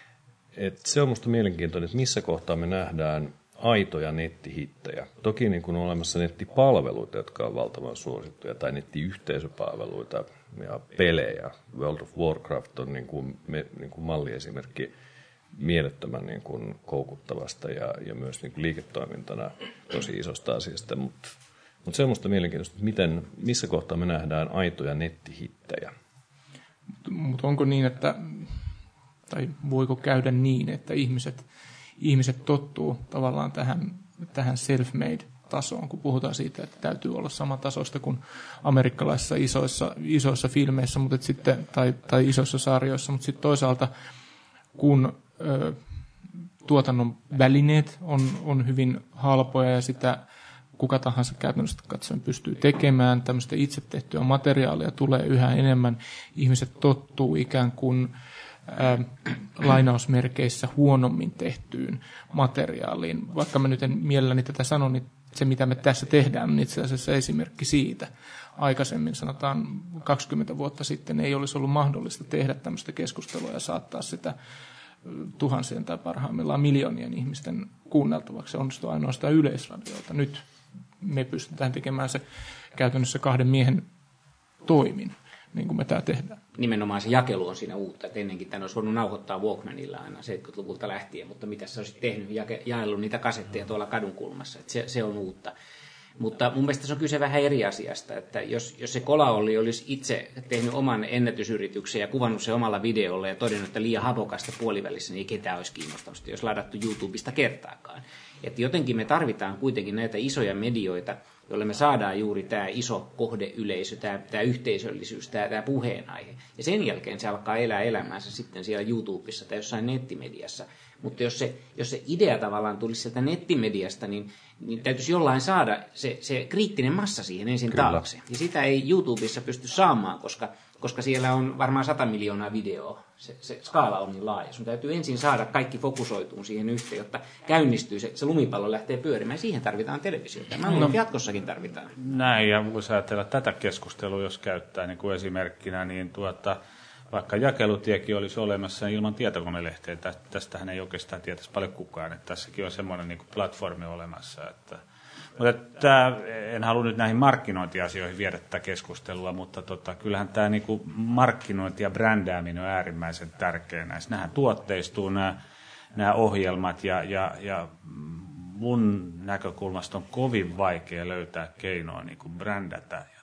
Et se on musta mielenkiintoinen, että missä kohtaa me nähdään aitoja nettihittejä. Toki niin kun on olemassa nettipalveluita, jotka on valtavan suosittuja, tai nettiyhteisöpalveluita ja pelejä. World of Warcraft on niin kuin, me, niin kuin malliesimerkki mielettömän niin kuin koukuttavasta ja, ja myös niin kuin liiketoimintana tosi isosta asiasta. Mutta mut se on musta mielenkiintoista, että miten, missä kohtaa me nähdään aitoja nettihittejä. Mutta onko niin, että, tai voiko käydä niin, että ihmiset, ihmiset tottuu tavallaan tähän, tähän self-made-tasoon, kun puhutaan siitä, että täytyy olla samantasoista kuin amerikkalaisissa isoissa, isoissa filmeissä mutta sitten, tai, tai isoissa sarjoissa, mutta sitten toisaalta kun ö, tuotannon välineet on, on hyvin halpoja ja sitä kuka tahansa käytännössä katsoen pystyy tekemään, tämmöistä itse tehtyä materiaalia tulee yhä enemmän, ihmiset tottuu ikään kuin Ä, lainausmerkeissä huonommin tehtyyn materiaaliin. Vaikka mä nyt en mielelläni tätä sano, niin se mitä me tässä tehdään on itse asiassa esimerkki siitä. Aikaisemmin, sanotaan kaksikymmentä vuotta sitten, ei olisi ollut mahdollista tehdä tämmöistä keskustelua ja saattaa sitä tuhansien tai parhaimmillaan miljoonien ihmisten kuunneltavaksi. Se onnistuu ainoastaan Yleisradiolta. Nyt me pystytään tekemään se käytännössä kahden miehen toimin, niin kuin me tämä tehdään. Nimenomaan se jakelu on siinä uutta, että ennenkin tämän olisi voinut nauhoittaa Walkmanilla aina seitsemänkymmentäluvulta lähtien, mutta mitä sä olisit tehnyt, jake, jaellut niitä kasetteja tuolla kadun kulmassa, että se, se on uutta. Mutta mun mielestä se on kyse vähän eri asiasta, että jos, jos se Kola-Olli olisi itse tehnyt oman ennätysyrityksen ja kuvannut se omalla videolla ja todennut, että liian hapokasta puolivälissä, niin ei ketään olisi kiinnostanut, jos ladattu YouTubesta kertaakaan. Että jotenkin me tarvitaan kuitenkin näitä isoja medioita, jolle me saadaan juuri tämä iso kohdeyleisö, tämä, tämä yhteisöllisyys, tämä, tämä puheenaihe. Ja sen jälkeen se alkaa elää elämäänsä sitten siellä YouTubessa tai jossain nettimediassa. Mutta jos se, jos se idea tavallaan tulisi sieltä nettimediasta, niin, niin täytyisi jollain saada se, se kriittinen massa siihen ensin Kyllä. taakse. Ja sitä ei YouTubessa pysty saamaan, koska, koska siellä on varmaan sata miljoonaa videoa. Se, se skaala on niin laaja. Sun täytyy ensin saada kaikki fokusoituun siihen yhteen, jotta käynnistyy, se, se lumipallo lähtee pyörimään. Siihen tarvitaan televisiota. Mä luulen, että jatkossakin tarvitaan. Näin, ja voisi ajatella tätä keskustelua, jos käyttää niin kuin esimerkkinä, niin tuota, vaikka jakelutiekin olisi olemassa ilman tietokonelehteä, tästähän ei oikeastaan tietäisi paljon kukaan, että tässäkin on semmoinen niin kuin platformi olemassa. Että, mutta tämä, en halua nyt näihin markkinointiasioihin viedä tätä keskustelua, mutta tota, kyllähän tämä niin kuin markkinointi ja brändääminen on äärimmäisen tärkeää näissä. Nämähän tuotteistuu nämä, nämä ohjelmat ja, ja, ja mun näkökulmasta on kovin vaikea löytää keinoa niin kuin brändätä ja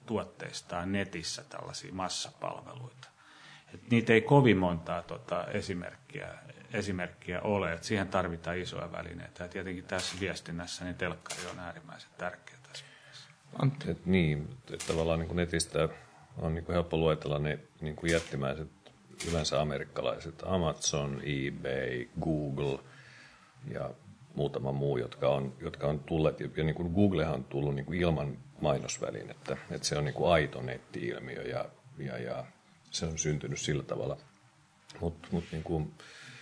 tuotteistaan netissä tällaisia massapalveluita. Et niitä ei kovin montaa tota, esimerkkiä, esimerkkiä ole, että siihen tarvitaan isoja välineitä. Ja tietenkin tässä viestinnässä niin telkkari on äärimmäisen tärkeä tässä mielessä. Et niin, että tavallaan niin kuin netistä on niin kuin helppo luetella ne niin kuin jättimäiset, yleensä amerikkalaiset, Amazon, eBay, Google ja muutama muu, jotka on, jotka on tulleet, ja niin kuin Googlehan on tullut niin kuin ilman mainosvälinettä, että se on niin kuin aito netti-ilmiö ja, ja, ja se on syntynyt sillä tavalla. Mutta mut niin kuin,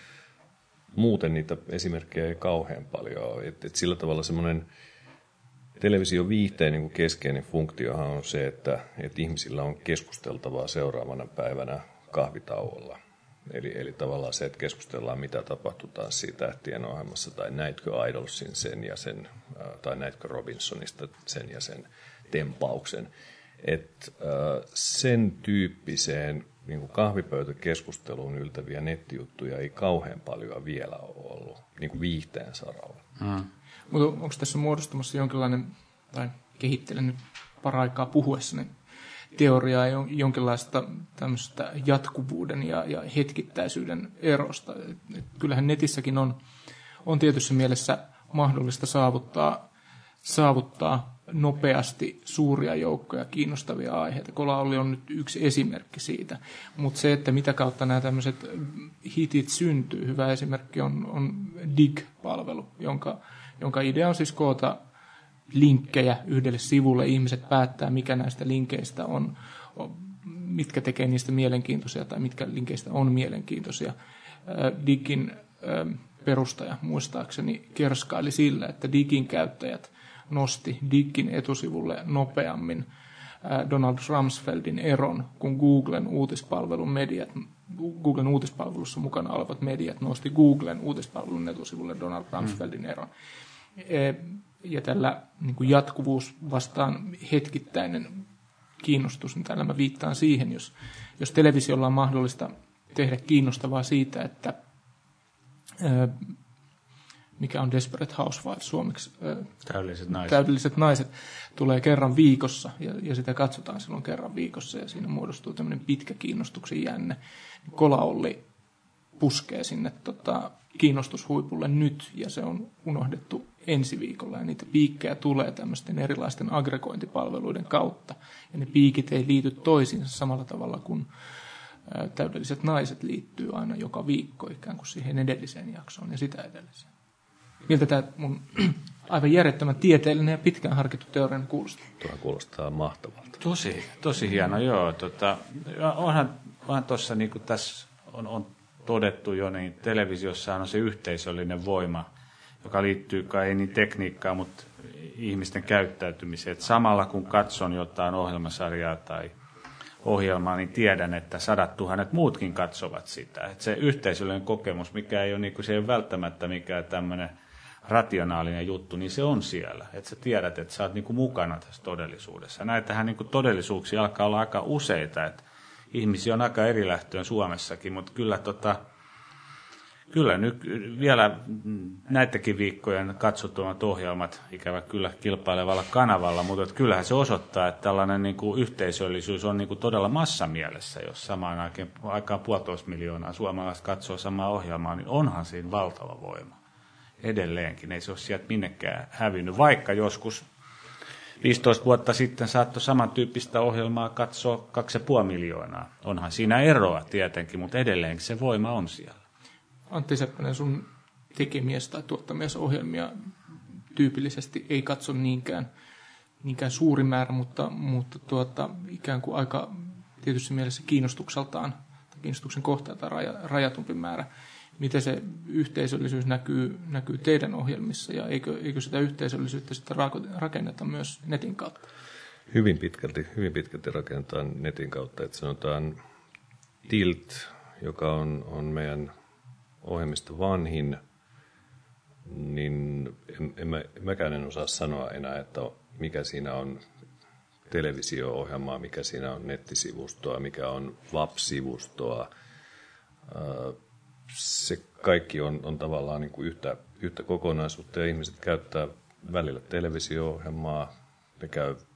muuten niitä esimerkkejä ei kauhean paljon ole. Et, et sillä tavalla semmoinen televisioviihteen niin kuin keskeinen funktiohan on se, että et ihmisillä on keskusteltavaa seuraavana päivänä kahvitauolla. Eli, eli tavallaan se, että keskustellaan, mitä tapahtui taas siitä Tähtien ohjelmassa, tai näitkö Idolsin sen ja sen, tai näitkö Robinsonista sen ja sen tempauksen. Et, äh, sen tyyppiseen niin kuin kahvipöytäkeskusteluun yltäviä nettijuttuja ei kauhean paljon vielä ole ollut niin kuin viihteen saralla. Hmm. Mutta onko tässä muodostumassa jonkinlainen, tai kehittelen nyt paraikaa puhuessani, teoriaa jonkinlaista tämmöistä jatkuvuuden ja, ja hetkittäisyyden erosta. Et, et kyllähän netissäkin on, on tietyssä mielessä mahdollista saavuttaa, saavuttaa nopeasti suuria joukkoja kiinnostavia aiheita. Kolaolli on nyt yksi esimerkki siitä. Mutta se, että mitä kautta nämä tämmöiset hitit syntyy, hyvä esimerkki on, on Dig-palvelu, jonka, jonka idea on siis koota linkkejä yhdelle sivulle. Ihmiset päättää, mikä näistä linkeistä on, mitkä tekee niistä mielenkiintoisia tai mitkä linkeistä on mielenkiintoisia. Digin perustaja muistaakseni kerskaili sillä, että Digin käyttäjät nosti Digin etusivulle nopeammin Donald Rumsfeldin eron, kun Googlen uutispalvelun mediat, Googlen uutispalvelussa mukana olevat mediat nosti Googlen uutispalvelun etusivulle Donald Rumsfeldin eron. Ja tällä niin kuin jatkuvuus vastaan hetkittäinen kiinnostus, niin tällä mä viittaan siihen, jos, jos televisiolla on mahdollista tehdä kiinnostavaa siitä, että ää, mikä on Desperate Housewives suomeksi, ää, täydelliset naiset. täydelliset naiset, tulee kerran viikossa ja, ja sitä katsotaan silloin kerran viikossa ja siinä muodostuu tämmöinen pitkä kiinnostuksen jänne. Kolaolli puskee sinne tota, kiinnostushuipulle nyt ja se on unohdettu ensi viikolla ja niitä piikkejä tulee tämmöisten erilaisten aggregointipalveluiden kautta ja ne piikit ei liity toisiinsa samalla tavalla kuin ä, täydelliset naiset liittyy aina joka viikko ikään kuin siihen edelliseen jaksoon ja sitä edelliseen. Miltä tämä mun aivan järjettömän tieteellinen ja pitkään harkittu teorian kuulostaa? Tuo kuulostaa mahtavalta. Tosi, tosi hieno, joo. Tota, onhan onhan tuossa niin kuin tässä on, on todettu jo, niin televisiossa on se yhteisöllinen voima, joka liittyy kai ei niin tekniikkaan, mutta ihmisten käyttäytymiseen. Et samalla kun katson jotain ohjelmasarjaa tai ohjelmaa, niin tiedän, että sadat tuhannet muutkin katsovat sitä. Et se yhteisöllinen kokemus, mikä ei ole, niin kuin, se ei ole välttämättä mikään tämmöinen rationaalinen juttu, niin se on siellä. Että sä tiedät, että sä oot niin kuin mukana tässä todellisuudessa. Näitähän niin kuin todellisuuksia alkaa olla aika useita, että ihmisiä on aika eri lähtöön Suomessakin, mutta kyllä, tota, kyllä nyt vielä näitäkin viikkojen katsottumat ohjelmat, ikävä kyllä kilpailevalla kanavalla, mutta kyllähän se osoittaa, että tällainen niin kuin yhteisöllisyys on niin kuin todella massamielessä, jos samaan aikaan, aikaan puolitoista miljoonaa suomalaista katsoo samaa ohjelmaa, niin onhan siinä valtava voima. Edelleenkin, ei se ole sieltä minnekään hävinnyt, vaikka joskus viisitoista vuotta sitten saattoi samantyyppistä ohjelmaa katsoa kaksi pilkku viisi miljoonaa. Onhan siinä eroa tietenkin, mutta edelleenkin se voima on siellä. Antti Seppänen, sun tekemies tai tuottamies ohjelmia tyypillisesti ei katso niinkään, niinkään suuri määrä, mutta, mutta tuota, ikään kuin aika tietyssä mielessä kiinnostukseltaan tai kiinnostuksen kohteeltaan raja, rajatumpi määrä. Miten se yhteisöllisyys näkyy, näkyy teidän ohjelmissa ja eikö, eikö sitä yhteisöllisyyttä sitten rakenneta myös netin kautta? Hyvin pitkälti, hyvin pitkälti rakennetaan netin kautta. Että sanotaan Tilt, joka on, on meidän ohjelmista vanhin, niin en, en mä, mäkään en osaa sanoa enää, että mikä siinä on televisio-ohjelmaa, mikä siinä on nettisivustoa, mikä on W A P-sivustoa. Se kaikki on, on tavallaan niin kuin yhtä, yhtä kokonaisuutta ja ihmiset käyttää välillä televisio-ohjelmaa, ne käy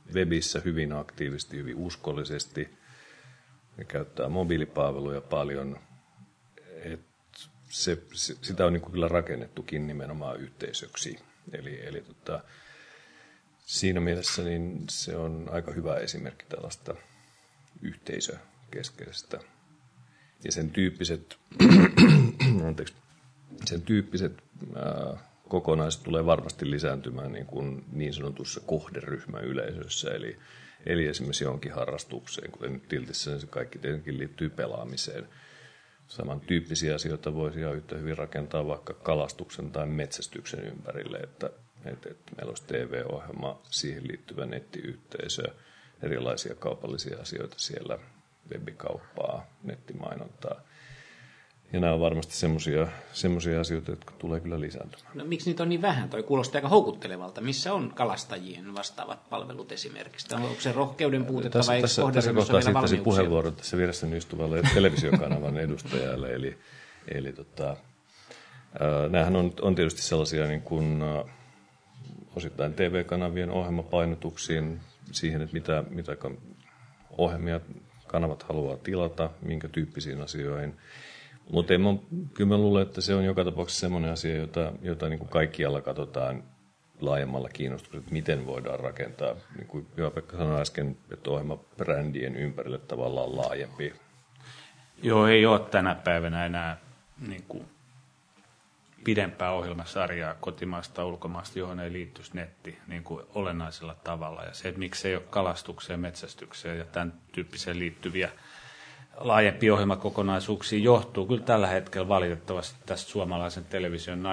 webissä hyvin aktiivisesti, hyvin uskollisesti. Ne käyttää mobiilipalveluja paljon. Et se, se, sitä on niin kuin kyllä rakennettukin nimenomaan yhteisöksi. Eli, eli tota, siinä mielessä niin se on aika hyvä esimerkki tällaista yhteisökeskeisestä. Ja sen tyyppiset, anteeksi, sen tyyppiset ää, kokonaiset tulee varmasti lisääntymään niin, kuin niin sanotussa kohderyhmäyleisössä, eli, eli esimerkiksi johonkin harrastukseen, kuten nyt Tiltissä, niin se kaikki tietenkin liittyy pelaamiseen. Samantyyppisiä asioita voisi ihan yhtä hyvin rakentaa vaikka kalastuksen tai metsästyksen ympärille, että, että, että meillä olisi T V-ohjelma, siihen liittyvä nettiyhteisö, erilaisia kaupallisia asioita siellä, webikauppaa, nettimainontaa. Ja nämä on varmasti semmoisia asioita, jotka tulee kyllä lisääntymään. No miksi niitä on niin vähän? Toi kuulostaa aika houkuttelevalta. Missä on kalastajien vastaavat palvelut esimerkiksi? Onko se rohkeuden puutetta tässä, vai tässä, tässä kohtaa sitten puheenvuoro tässä vieressäni istuvalle televisiokanavan edustajalle. Eli, eli tota, ää, näähän on, on tietysti sellaisia niin kuin, ä, osittain T V-kanavien ohjelmapainotuksiin siihen, että mitä, mitä ohjelmia kanavat haluaa tilata, minkä tyyppisiin asioihin. Mutta kyllä mä luulen, että se on joka tapauksessa semmoinen asia, jota, jota niin kuin kaikkialla katsotaan laajemmalla kiinnostuksella, että miten voidaan rakentaa, niin kuin Juha-Pekka sanoi äsken, että ohjelmabrändien ympärille tavallaan laajempi. Joo, ei ole tänä päivänä enää niin kuin pidempää ohjelmasarjaa kotimaasta ulkomaasta, johon ei liittyisi netti niin kuin olennaisella tavalla. Ja se, että miksi ei ole kalastukseen, metsästykseen ja tämän tyyppiseen liittyviä laajempia ohjelmakokonaisuuksia, johtuu kyllä tällä hetkellä valitettavasti tästä suomalaisen television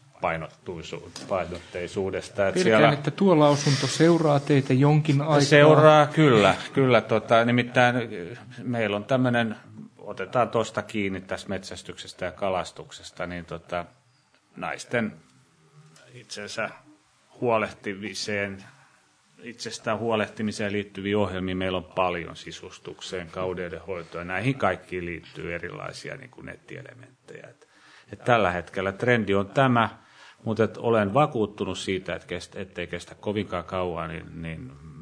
naispainotteisuudesta. Pelkään, siellä että tuo lausunto seuraa teitä jonkin aikaa. Seuraa, kyllä. kyllä tota, nimittäin meillä on tämmöinen, otetaan tuosta kiinni tästä metsästyksestä ja kalastuksesta, niin tota, naisten itsensä huolehtimiseen, itsestään huolehtimiseen liittyviä ohjelmia meillä on paljon, sisustukseen, kaudeiden hoitoon. Näihin kaikkiin liittyy erilaisia niin kuin nettielementtejä. Et, et tällä hetkellä trendi on tämä, mutta et olen vakuuttunut siitä, että kestä, ettei kestä kovinkaan kauan, niin, niin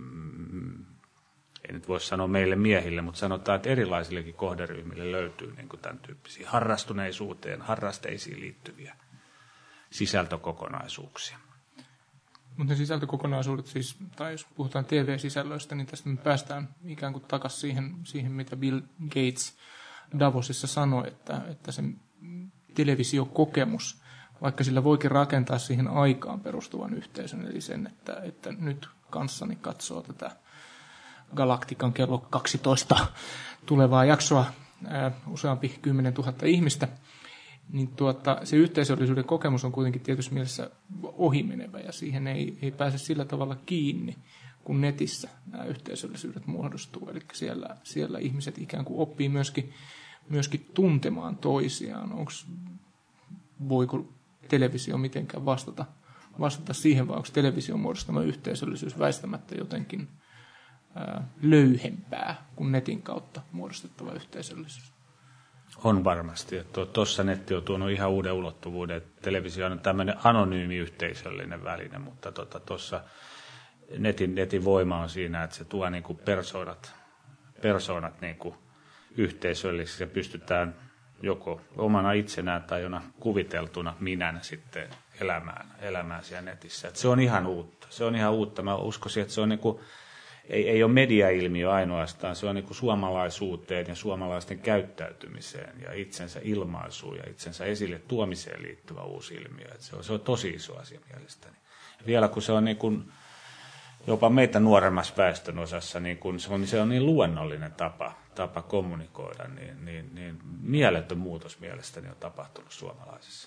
mm, ei nyt voi sanoa meille miehille, mutta sanotaan, että erilaisillekin kohderyhmille löytyy niin kuin tämän tyyppisiä harrastuneisuuteen, harrasteisiin liittyviä sisältökokonaisuuksia. Mutta ne sisältökokonaisuudet siis, tai jos puhutaan T V-sisällöistä, niin tästä me päästään ikään kuin takaisin siihen, siihen, mitä Bill Gates Davosissa sanoi, että, että se televisiokokemus, vaikka sillä voikin rakentaa siihen aikaan perustuvan yhteisön, eli sen, että, että nyt kanssani katsoo tätä Galaktikan kello kaksitoista tulevaa jaksoa ää, useampi kymmenen tuhatta ihmistä, niin tuota, se yhteisöllisyyden kokemus on kuitenkin tietysti mielessä ohimenevä ja siihen ei, ei pääse sillä tavalla kiinni, kun netissä nämä yhteisöllisyydet muodostuu. Eli siellä, siellä ihmiset ikään kuin oppii myöskin, myöskin tuntemaan toisiaan. Onks, voiko televisio mitenkään vastata, vastata siihen, vai onko television muodostama yhteisöllisyys väistämättä jotenkin ää, löyhempää kuin netin kautta muodostettava yhteisöllisyys? On varmasti. Tuossa netti on tuonut ihan uuden ulottuvuuden. Televisio on tämmöinen anonyymi yhteisöllinen väline, mutta tuossa tota, netin, netin voima on siinä, että se tuo niinku persoonat, persoonat niinku yhteisöllisiksi ja pystytään joko omana itsenään tai jona kuviteltuna minänä sitten elämään, elämään siellä netissä. Et se on ihan uutta. Se on ihan uutta. Mä uskoisin, että se on niinku Ei, ei ole mediailmiö ainoastaan, se on niin kuin suomalaisuuteen ja suomalaisten käyttäytymiseen ja itsensä ilmaisuun ja itsensä esille tuomiseen liittyvä uusi ilmiö. Että se, on, se on tosi iso asia mielestäni. Ja vielä kun se on niin kuin, jopa meitä nuoremmassa väestön osassa, niin kun se, on, se on niin luonnollinen tapa, tapa kommunikoida, niin, niin, niin mieletön muutos mielestäni on tapahtunut suomalaisessa.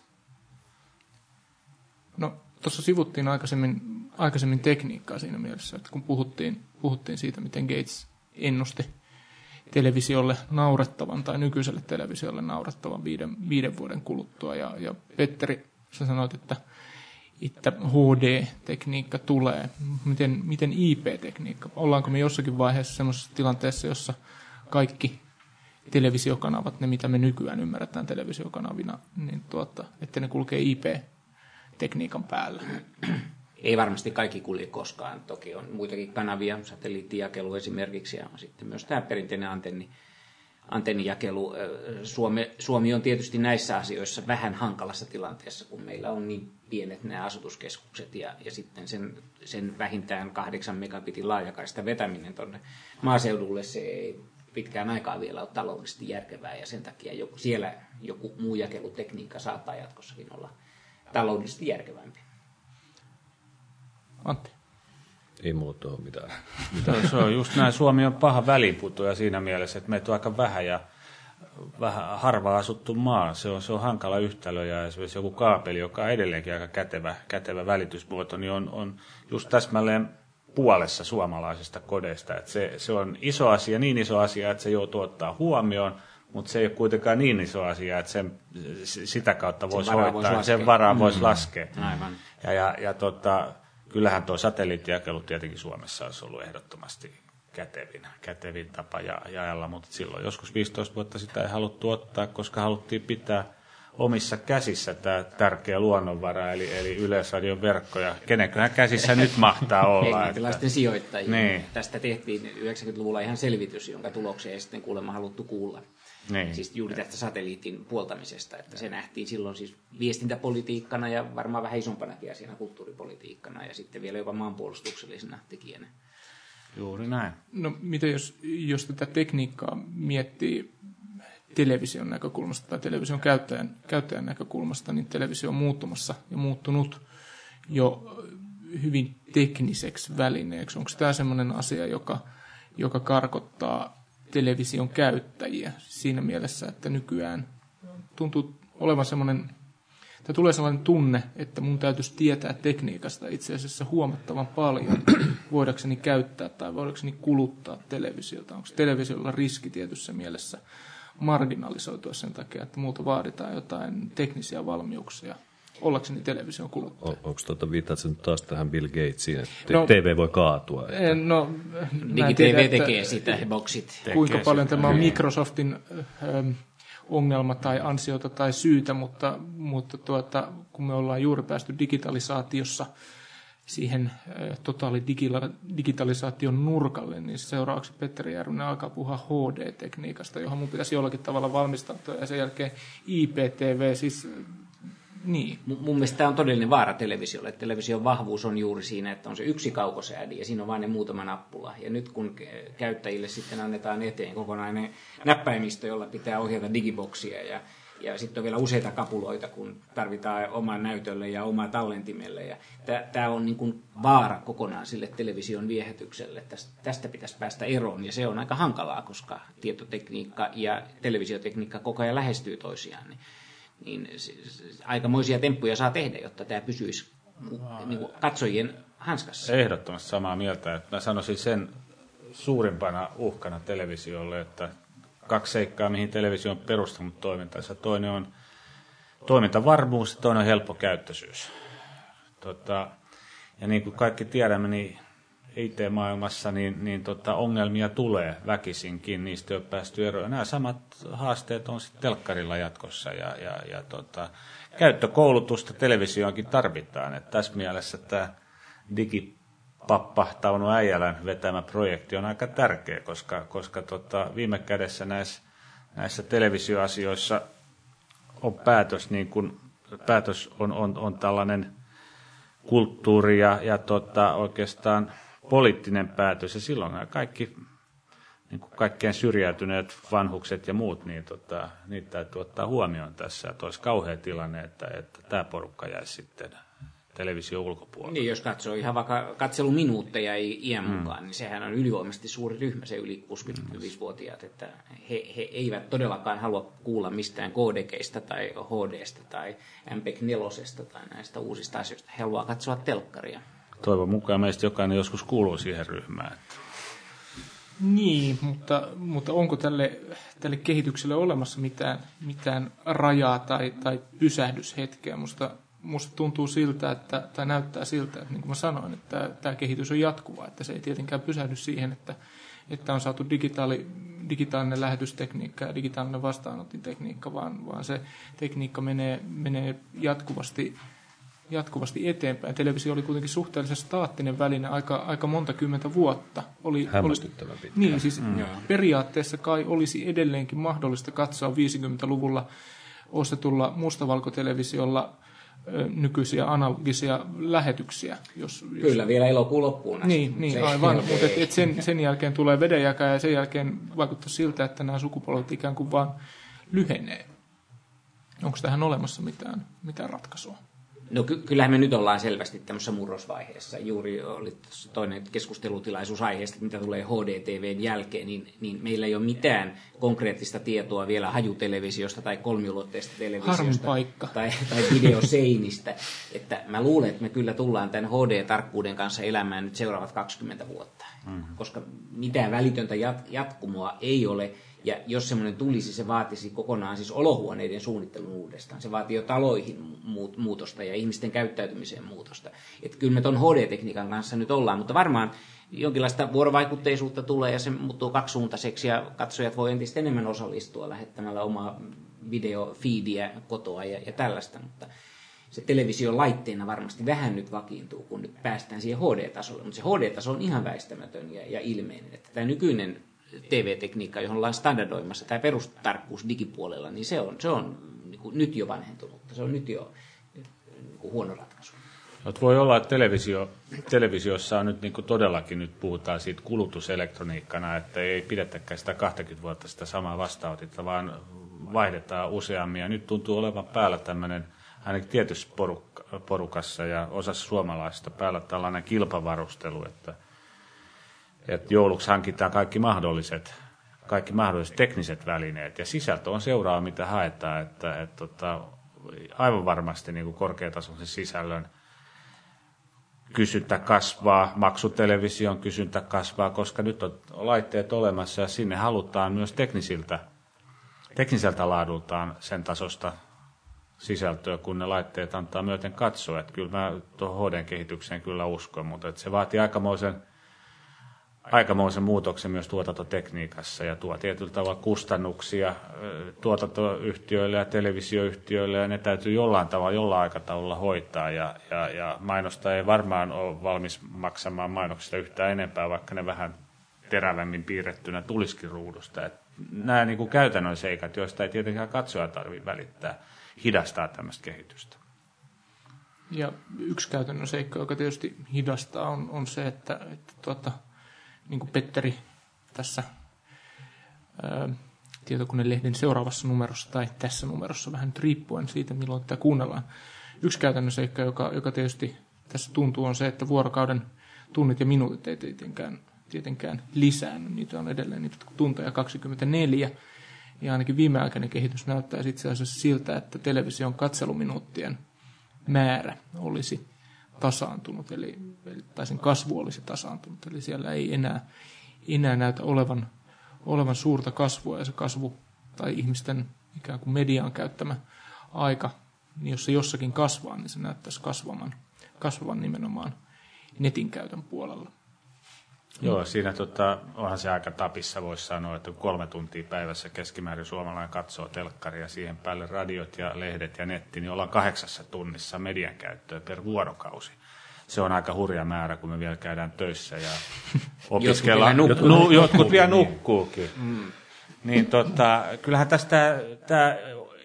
No, tuossa sivuttiin aikaisemmin, aikaisemmin tekniikkaa siinä mielessä, että kun puhuttiin, puhuttiin siitä, miten Gates ennusti televisiolle naurettavan tai nykyiselle televisiolle naurettavan viiden, viiden vuoden kuluttua. Ja, ja Petteri, sä sanoit, että, että H D-tekniikka tulee. Miten, miten I P-tekniikka? Ollaanko me jossakin vaiheessa semmoisessa tilanteessa, jossa kaikki televisiokanavat, ne mitä me nykyään ymmärretään televisiokanavina, niin tuota, että ne kulkee I P-tekniikan päällä? Ei varmasti kaikki kulje koskaan. Toki on muitakin kanavia, satelliittijakelu esimerkiksi, ja sitten myös tämä perinteinen antenni, antennijakelu. Suomi, Suomi on tietysti näissä asioissa vähän hankalassa tilanteessa, kun meillä on niin pienet nämä asutuskeskukset, ja, ja sitten sen, sen vähintään kahdeksan megabitin laajakaista vetäminen tuonne maaseudulle, se ei pitkään aikaa vielä ole taloudellisesti järkevää, ja sen takia joku, siellä joku muu jakelutekniikka saattaa jatkossakin olla taloudellisesti järkevämpi. Antti. Ei muuta ole mitään. mitään. Se on just näin. Suomi on paha väliinputoja siinä mielessä, että meitä on aika vähän ja vähän harva asuttu maa. Se on, se on hankala yhtälö, ja esimerkiksi joku kaapeli, joka on edelleenkin aika kätevä, kätevä välitysmuoto, niin on, on just täsmälleen puolessa suomalaisista kodeista. Että se, se on iso asia, niin iso asia, että se joutuu ottaa huomioon, mutta se ei ole kuitenkaan niin iso asia, että sen, sitä kautta voisi hoitaa, vois sen varaa voisi mm. laskea. Aivan. Ja, ja, ja tota, kyllähän tuo satelliittijakelu tietenkin Suomessa olisi ollut ehdottomasti kätevin, kätevin tapa ja, jaella, mutta silloin joskus viisitoista vuotta sitä ei haluttu ottaa, koska haluttiin pitää omissa käsissä tämä tärkeä luonnonvara, eli, eli Yleisradion verkkoja. Kenenköhän käsissä nyt mahtaa olla? Englantilaisten sijoittajia. Niin. Tästä tehtiin yhdeksänkymmentäluvulla ihan selvitys, jonka tuloksia ei sitten kuulemma haluttu kuulla. Niin. Siis juuri tästä satelliitin puoltamisesta, että se nähtiin silloin siis viestintäpolitiikkana ja varmaan vähän isompanakin asiana kulttuuripolitiikkana ja sitten vielä jopa maanpuolustuksellisena tekijänä. Juuri näin. No miten jos, jos tätä tekniikkaa miettii television näkökulmasta tai television käyttäjän, käyttäjän näkökulmasta, niin televisio on muuttumassa ja muuttunut jo hyvin tekniseksi välineeksi. Onko tämä sellainen asia, joka, joka karkottaa television käyttäjiä siinä mielessä, että nykyään tuntuu olevan semmoinen, tai tulee sellainen tunne, että mun täytyisi tietää tekniikasta itse asiassa huomattavan paljon, voidakseni käyttää tai voidakseni kuluttaa televisiota. Onko televisiolla riski tietyssä mielessä marginalisoitua sen takia, että muuta vaaditaan jotain teknisiä valmiuksia ollakseni television kuluttaja? On, onko tuota, viittaat nyt taas tähän Bill Gatesiin, että no, T V voi kaatua? Että... No, Digi-T V tekee sitä, boksit. Kuinka paljon tämä on Microsoftin ähm, ongelma tai ansiota tai syytä, mutta, mutta tuota, kun me ollaan juuri päästy digitalisaatiossa siihen äh, totaalidigitalisaation nurkalle, niin seuraavaksi Petteri Järvinen alkaa puhua H D-tekniikasta, johon mun pitäisi jollakin tavalla valmistautua, ja sen jälkeen I P T V, siis niin. Mun mielestä tämä on todellinen vaara televisiolle. Television vahvuus on juuri siinä, että on se yksi kaukosäädi ja siinä on vain ne muutama nappula. Ja nyt kun käyttäjille sitten annetaan eteen kokonainen näppäimistö, jolla pitää ohjata digiboksia ja, ja sitten on vielä useita kapuloita, kun tarvitaan oman näytölle ja omaa tallentimelle. Ja tämä on niin kuin vaara kokonaan sille television viehätykselle. Tästä pitäisi päästä eroon ja se on aika hankalaa, koska tietotekniikka ja televisiotekniikka koko ajan lähestyy toisiaan. Niin niin aikamoisia temppuja saa tehdä, jotta tämä pysyisi niin kuin katsojien hanskassa. Ehdottomasti samaa mieltä. Että mä sanoisin sen suurimpana uhkana televisiolle, että kaksi seikkaa, mihin televisio on perustanut toimintansa. Toinen on toimintavarmuus ja toinen on helppokäyttöisyys. Tota, ja niin kuin kaikki tiedämme, niin I T-maailmassa niin, niin tota, ongelmia tulee väkisinkin, niistä ei ole päästy eroon. Nämä samat haasteet on sitten telkkarilla jatkossa ja, ja, ja tota, käyttökoulutusta televisioonkin tarvitaan. Et tässä mielessä tämä digipappa Tauno Äijälän vetämä projekti on aika tärkeä, koska, koska tota, viime kädessä näissä, näissä televisioasioissa on päätös, niin kun, päätös on, on, on tällainen kulttuuri ja, ja tota, oikeastaan poliittinen päätös, ja silloin nämä kaikki, niin kuin kaikkein syrjäytyneet vanhukset ja muut, niin tota, niitä täytyy ottaa huomioon tässä. Että olisi kauhea tilanne, että, että tämä porukka jäisi sitten television ulkopuolelle. Niin, jos katsoo ihan vaikka katseluminuutteja iän mukaan, mm. niin sehän on ylivoimaisesti suuri ryhmä, se yli kuusikymmentäviisivuotiaat, että he, he eivät todellakaan halua kuulla mistään koodekeista tai H D:stä tai M P E G neljä tai näistä uusista asioista. He haluaa katsoa telkkaria. Toivon mukaan meistä jokainen joskus kuuluu siihen ryhmään. Niin, mutta, mutta onko tälle, tälle kehitykselle olemassa mitään, mitään rajaa tai, tai pysähdyshetkeä? Musta, musta tuntuu siltä, että, tai näyttää siltä, että niin kuin mä sanoin, että tämä kehitys on jatkuva, että se ei tietenkään pysähdy siihen, että, että on saatu digitaali, digitaalinen lähetystekniikka ja digitaalinen vastaanotintekniikka, vaan, vaan se tekniikka menee, menee jatkuvasti jatkuvasti eteenpäin. Televisio oli kuitenkin suhteellisen staattinen väline aika, aika monta kymmentä vuotta. Oli, Hämmästyttävän pitkä. Niin, siis mm. periaatteessa kai olisi edelleenkin mahdollista katsoa viisikymmentäluvulla ostetulla mustavalkotelevisiolla nykyisiä analogisia lähetyksiä. Jos, jos... Kyllä, vielä elokuun loppuun asti. Niin, niin aivan, mutta et, et sen, sen jälkeen tulee vedenjakaja ja sen jälkeen vaikuttaa siltä, että nämä sukupolvet ikään kuin vaan lyhenee. Onko tähän olemassa mitään, mitään ratkaisua? No ky- kyllähän me nyt ollaan selvästi tämmöisessä murrosvaiheessa. Juuri oli toinen keskustelutilaisuus aiheesta, mitä tulee H D T V:n jälkeen, niin, niin meillä ei ole mitään konkreettista tietoa vielä hajutelevisiosta tai kolmiulotteista televisiosta tai, tai videoseinistä. Että mä luulen, että me kyllä tullaan tämän H D-tarkkuuden kanssa elämään nyt seuraavat kaksikymmentä vuotta, mm-hmm. koska mitään välitöntä jat- jatkumoa ei ole. Ja jos semmoinen tulisi, se vaatisi kokonaan siis olohuoneiden suunnittelun uudestaan. Se vaatii jo taloihin muutosta ja ihmisten käyttäytymiseen muutosta. Että kyllä me tuon H D-tekniikan kanssa nyt ollaan, mutta varmaan jonkinlaista vuorovaikutteisuutta tulee ja se muuttuu kaksisuuntaiseksi ja katsojat voi entistä enemmän osallistua lähettämällä omaa videofeediä kotoa ja, ja tällaista. Mutta se television laitteena varmasti vähän nyt vakiintuu, kun nyt päästään siihen H D-tasolle. Mutta se H D-taso on ihan väistämätön ja, ja ilmeinen. Että tämä nykyinen T V-tekniikka, johon ollaan standardoimassa, tämä perustarkkuus digipuolella, niin se on, se on niin kuin nyt jo vanhentunutta. Se on nyt jo niin kuin huono ratkaisu. Voi olla, että televisio, televisiossa on nyt niin kuin todellakin, nyt puhutaan siitä kulutuselektroniikkana, että ei pidetäkään sitä kaksikymmentä vuotta sitä samaa vastaanotinta, vaan vaihdetaan useammin. Ja nyt tuntuu olevan päällä tämmöinen, ainakin tietyssä porukka, porukassa ja osassa suomalaisista päällä tällainen kilpavarustelu, että että jouluksi hankitaan kaikki mahdolliset, kaikki mahdolliset tekniset välineet, ja sisältö on seuraava, mitä haetaan, että, että, että aivan varmasti niin kuin korkeatasoisen sisällön kysyntä kasvaa, maksutelevision kysyntä kasvaa, koska nyt on laitteet olemassa, ja sinne halutaan myös teknisiltä, tekniseltä laadultaan sen tasosta sisältöä, kun ne laitteet antaa myöten katsoa. Että kyllä mä tuohon H D-kehitykseen kyllä uskon, mutta että se vaatii aikamoisen aikamoisen muutoksen myös tuotantotekniikassa ja tuo tietyllä tavalla kustannuksia tuotantoyhtiöille ja televisioyhtiöille, ja ne täytyy jollain tavalla, jollain aikataululla hoitaa, ja, ja, ja mainosta ei varmaan ole valmis maksamaan mainoksista yhtään enempää, vaikka ne vähän terävämmin piirrettynä tulisikin ruudusta. Et nämä niin kuin käytännön seikat, joista ei tietenkään katsoja tarvitse välittää, hidastaa tämmöistä kehitystä. Ja yksi käytännön seikka, joka tietysti hidastaa, on, on se, että, että tuota, niin kuin Petteri tässä ää, tietokonelehden seuraavassa numerossa tai tässä numerossa, vähän nyt riippuen siitä, milloin tätä kuunnellaan. Yksi käytännön seikka, joka, joka tietysti tässä tuntuu, on se, että vuorokauden tunnit ja minuutit ei tietenkään, tietenkään lisäänny. Niitä on edelleen niitä tunteja kaksikymmentäneljä. Ja ainakin viimeaikainen kehitys näyttää itse asiassa siltä, että television katseluminuuttien määrä olisi tasaantunut, eli, tai sen kasvu olisi tasaantunut, eli siellä ei enää, enää näytä olevan, olevan suurta kasvua, ja se kasvu, tai ihmisten ikään kuin mediaan käyttämä aika, niin jos se jossakin kasvaa, niin se näyttäisi kasvavan, kasvavan nimenomaan netin käytön puolella. Joo, siinä tota, onhan se aika tapissa, voisi sanoa, että kolme tuntia päivässä keskimäärin suomalainen katsoo telkkaria, siihen päälle radiot ja lehdet ja netti, niin ollaan kahdeksassa tunnissa median käyttöä per vuorokausi. Se on aika hurja määrä, kun me vielä käydään töissä ja opiskellaan. Jotkut vielä nukkuu. Jotkut vielä nukkuukin. Mm. Niin tota, kyllähän tästä tämä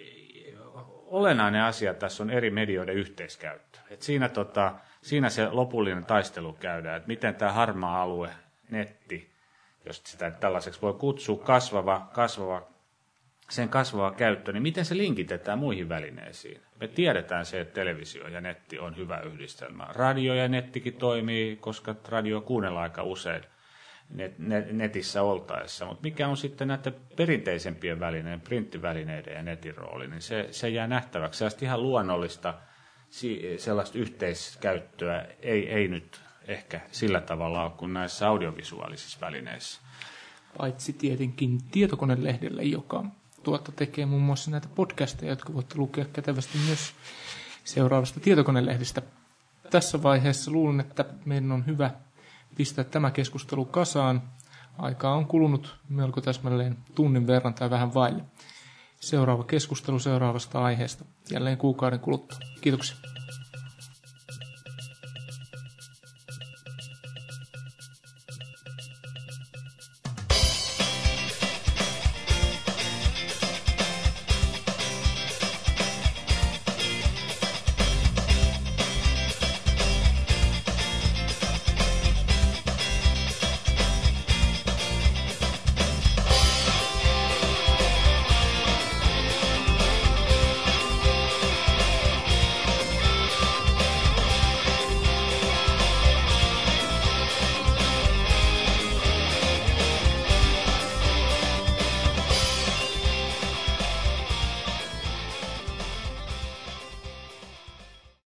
olennainen asia tässä on eri medioiden yhteiskäyttö. Et siinä, tota, siinä se lopullinen taistelu käydään, että miten tämä harmaa alue, netti, jos sitä tällaiseksi voi kutsua, kasvava, kasvava, sen kasvava käyttö, niin miten se linkitetään muihin välineisiin? Me tiedetään se, että televisio ja netti on hyvä yhdistelmä. Radio ja nettikin toimii, koska radio kuunnellaan aika usein net, net, netissä oltaessa. Mutta mikä on sitten näiden perinteisempien välineiden, printtivälineiden ja netin rooli, niin se, se jää nähtäväksi. Sellaista ihan luonnollista sellaista yhteiskäyttöä ei, ei nyt ehkä sillä tavalla ole kuin näissä audiovisuaalisissa välineissä. Paitsi tietenkin tietokonelehdelle, joka tuota tekee muun muassa näitä podcasteja, jotka voitte lukea kätevästi myös seuraavasta tietokonelehdestä. Tässä vaiheessa luulen, että meidän on hyvä pistää tämä keskustelu kasaan. Aikaa on kulunut melko täsmälleen tunnin verran tai vähän vaille. Seuraava keskustelu seuraavasta aiheesta jälleen kuukauden kuluttua. Kiitoksia.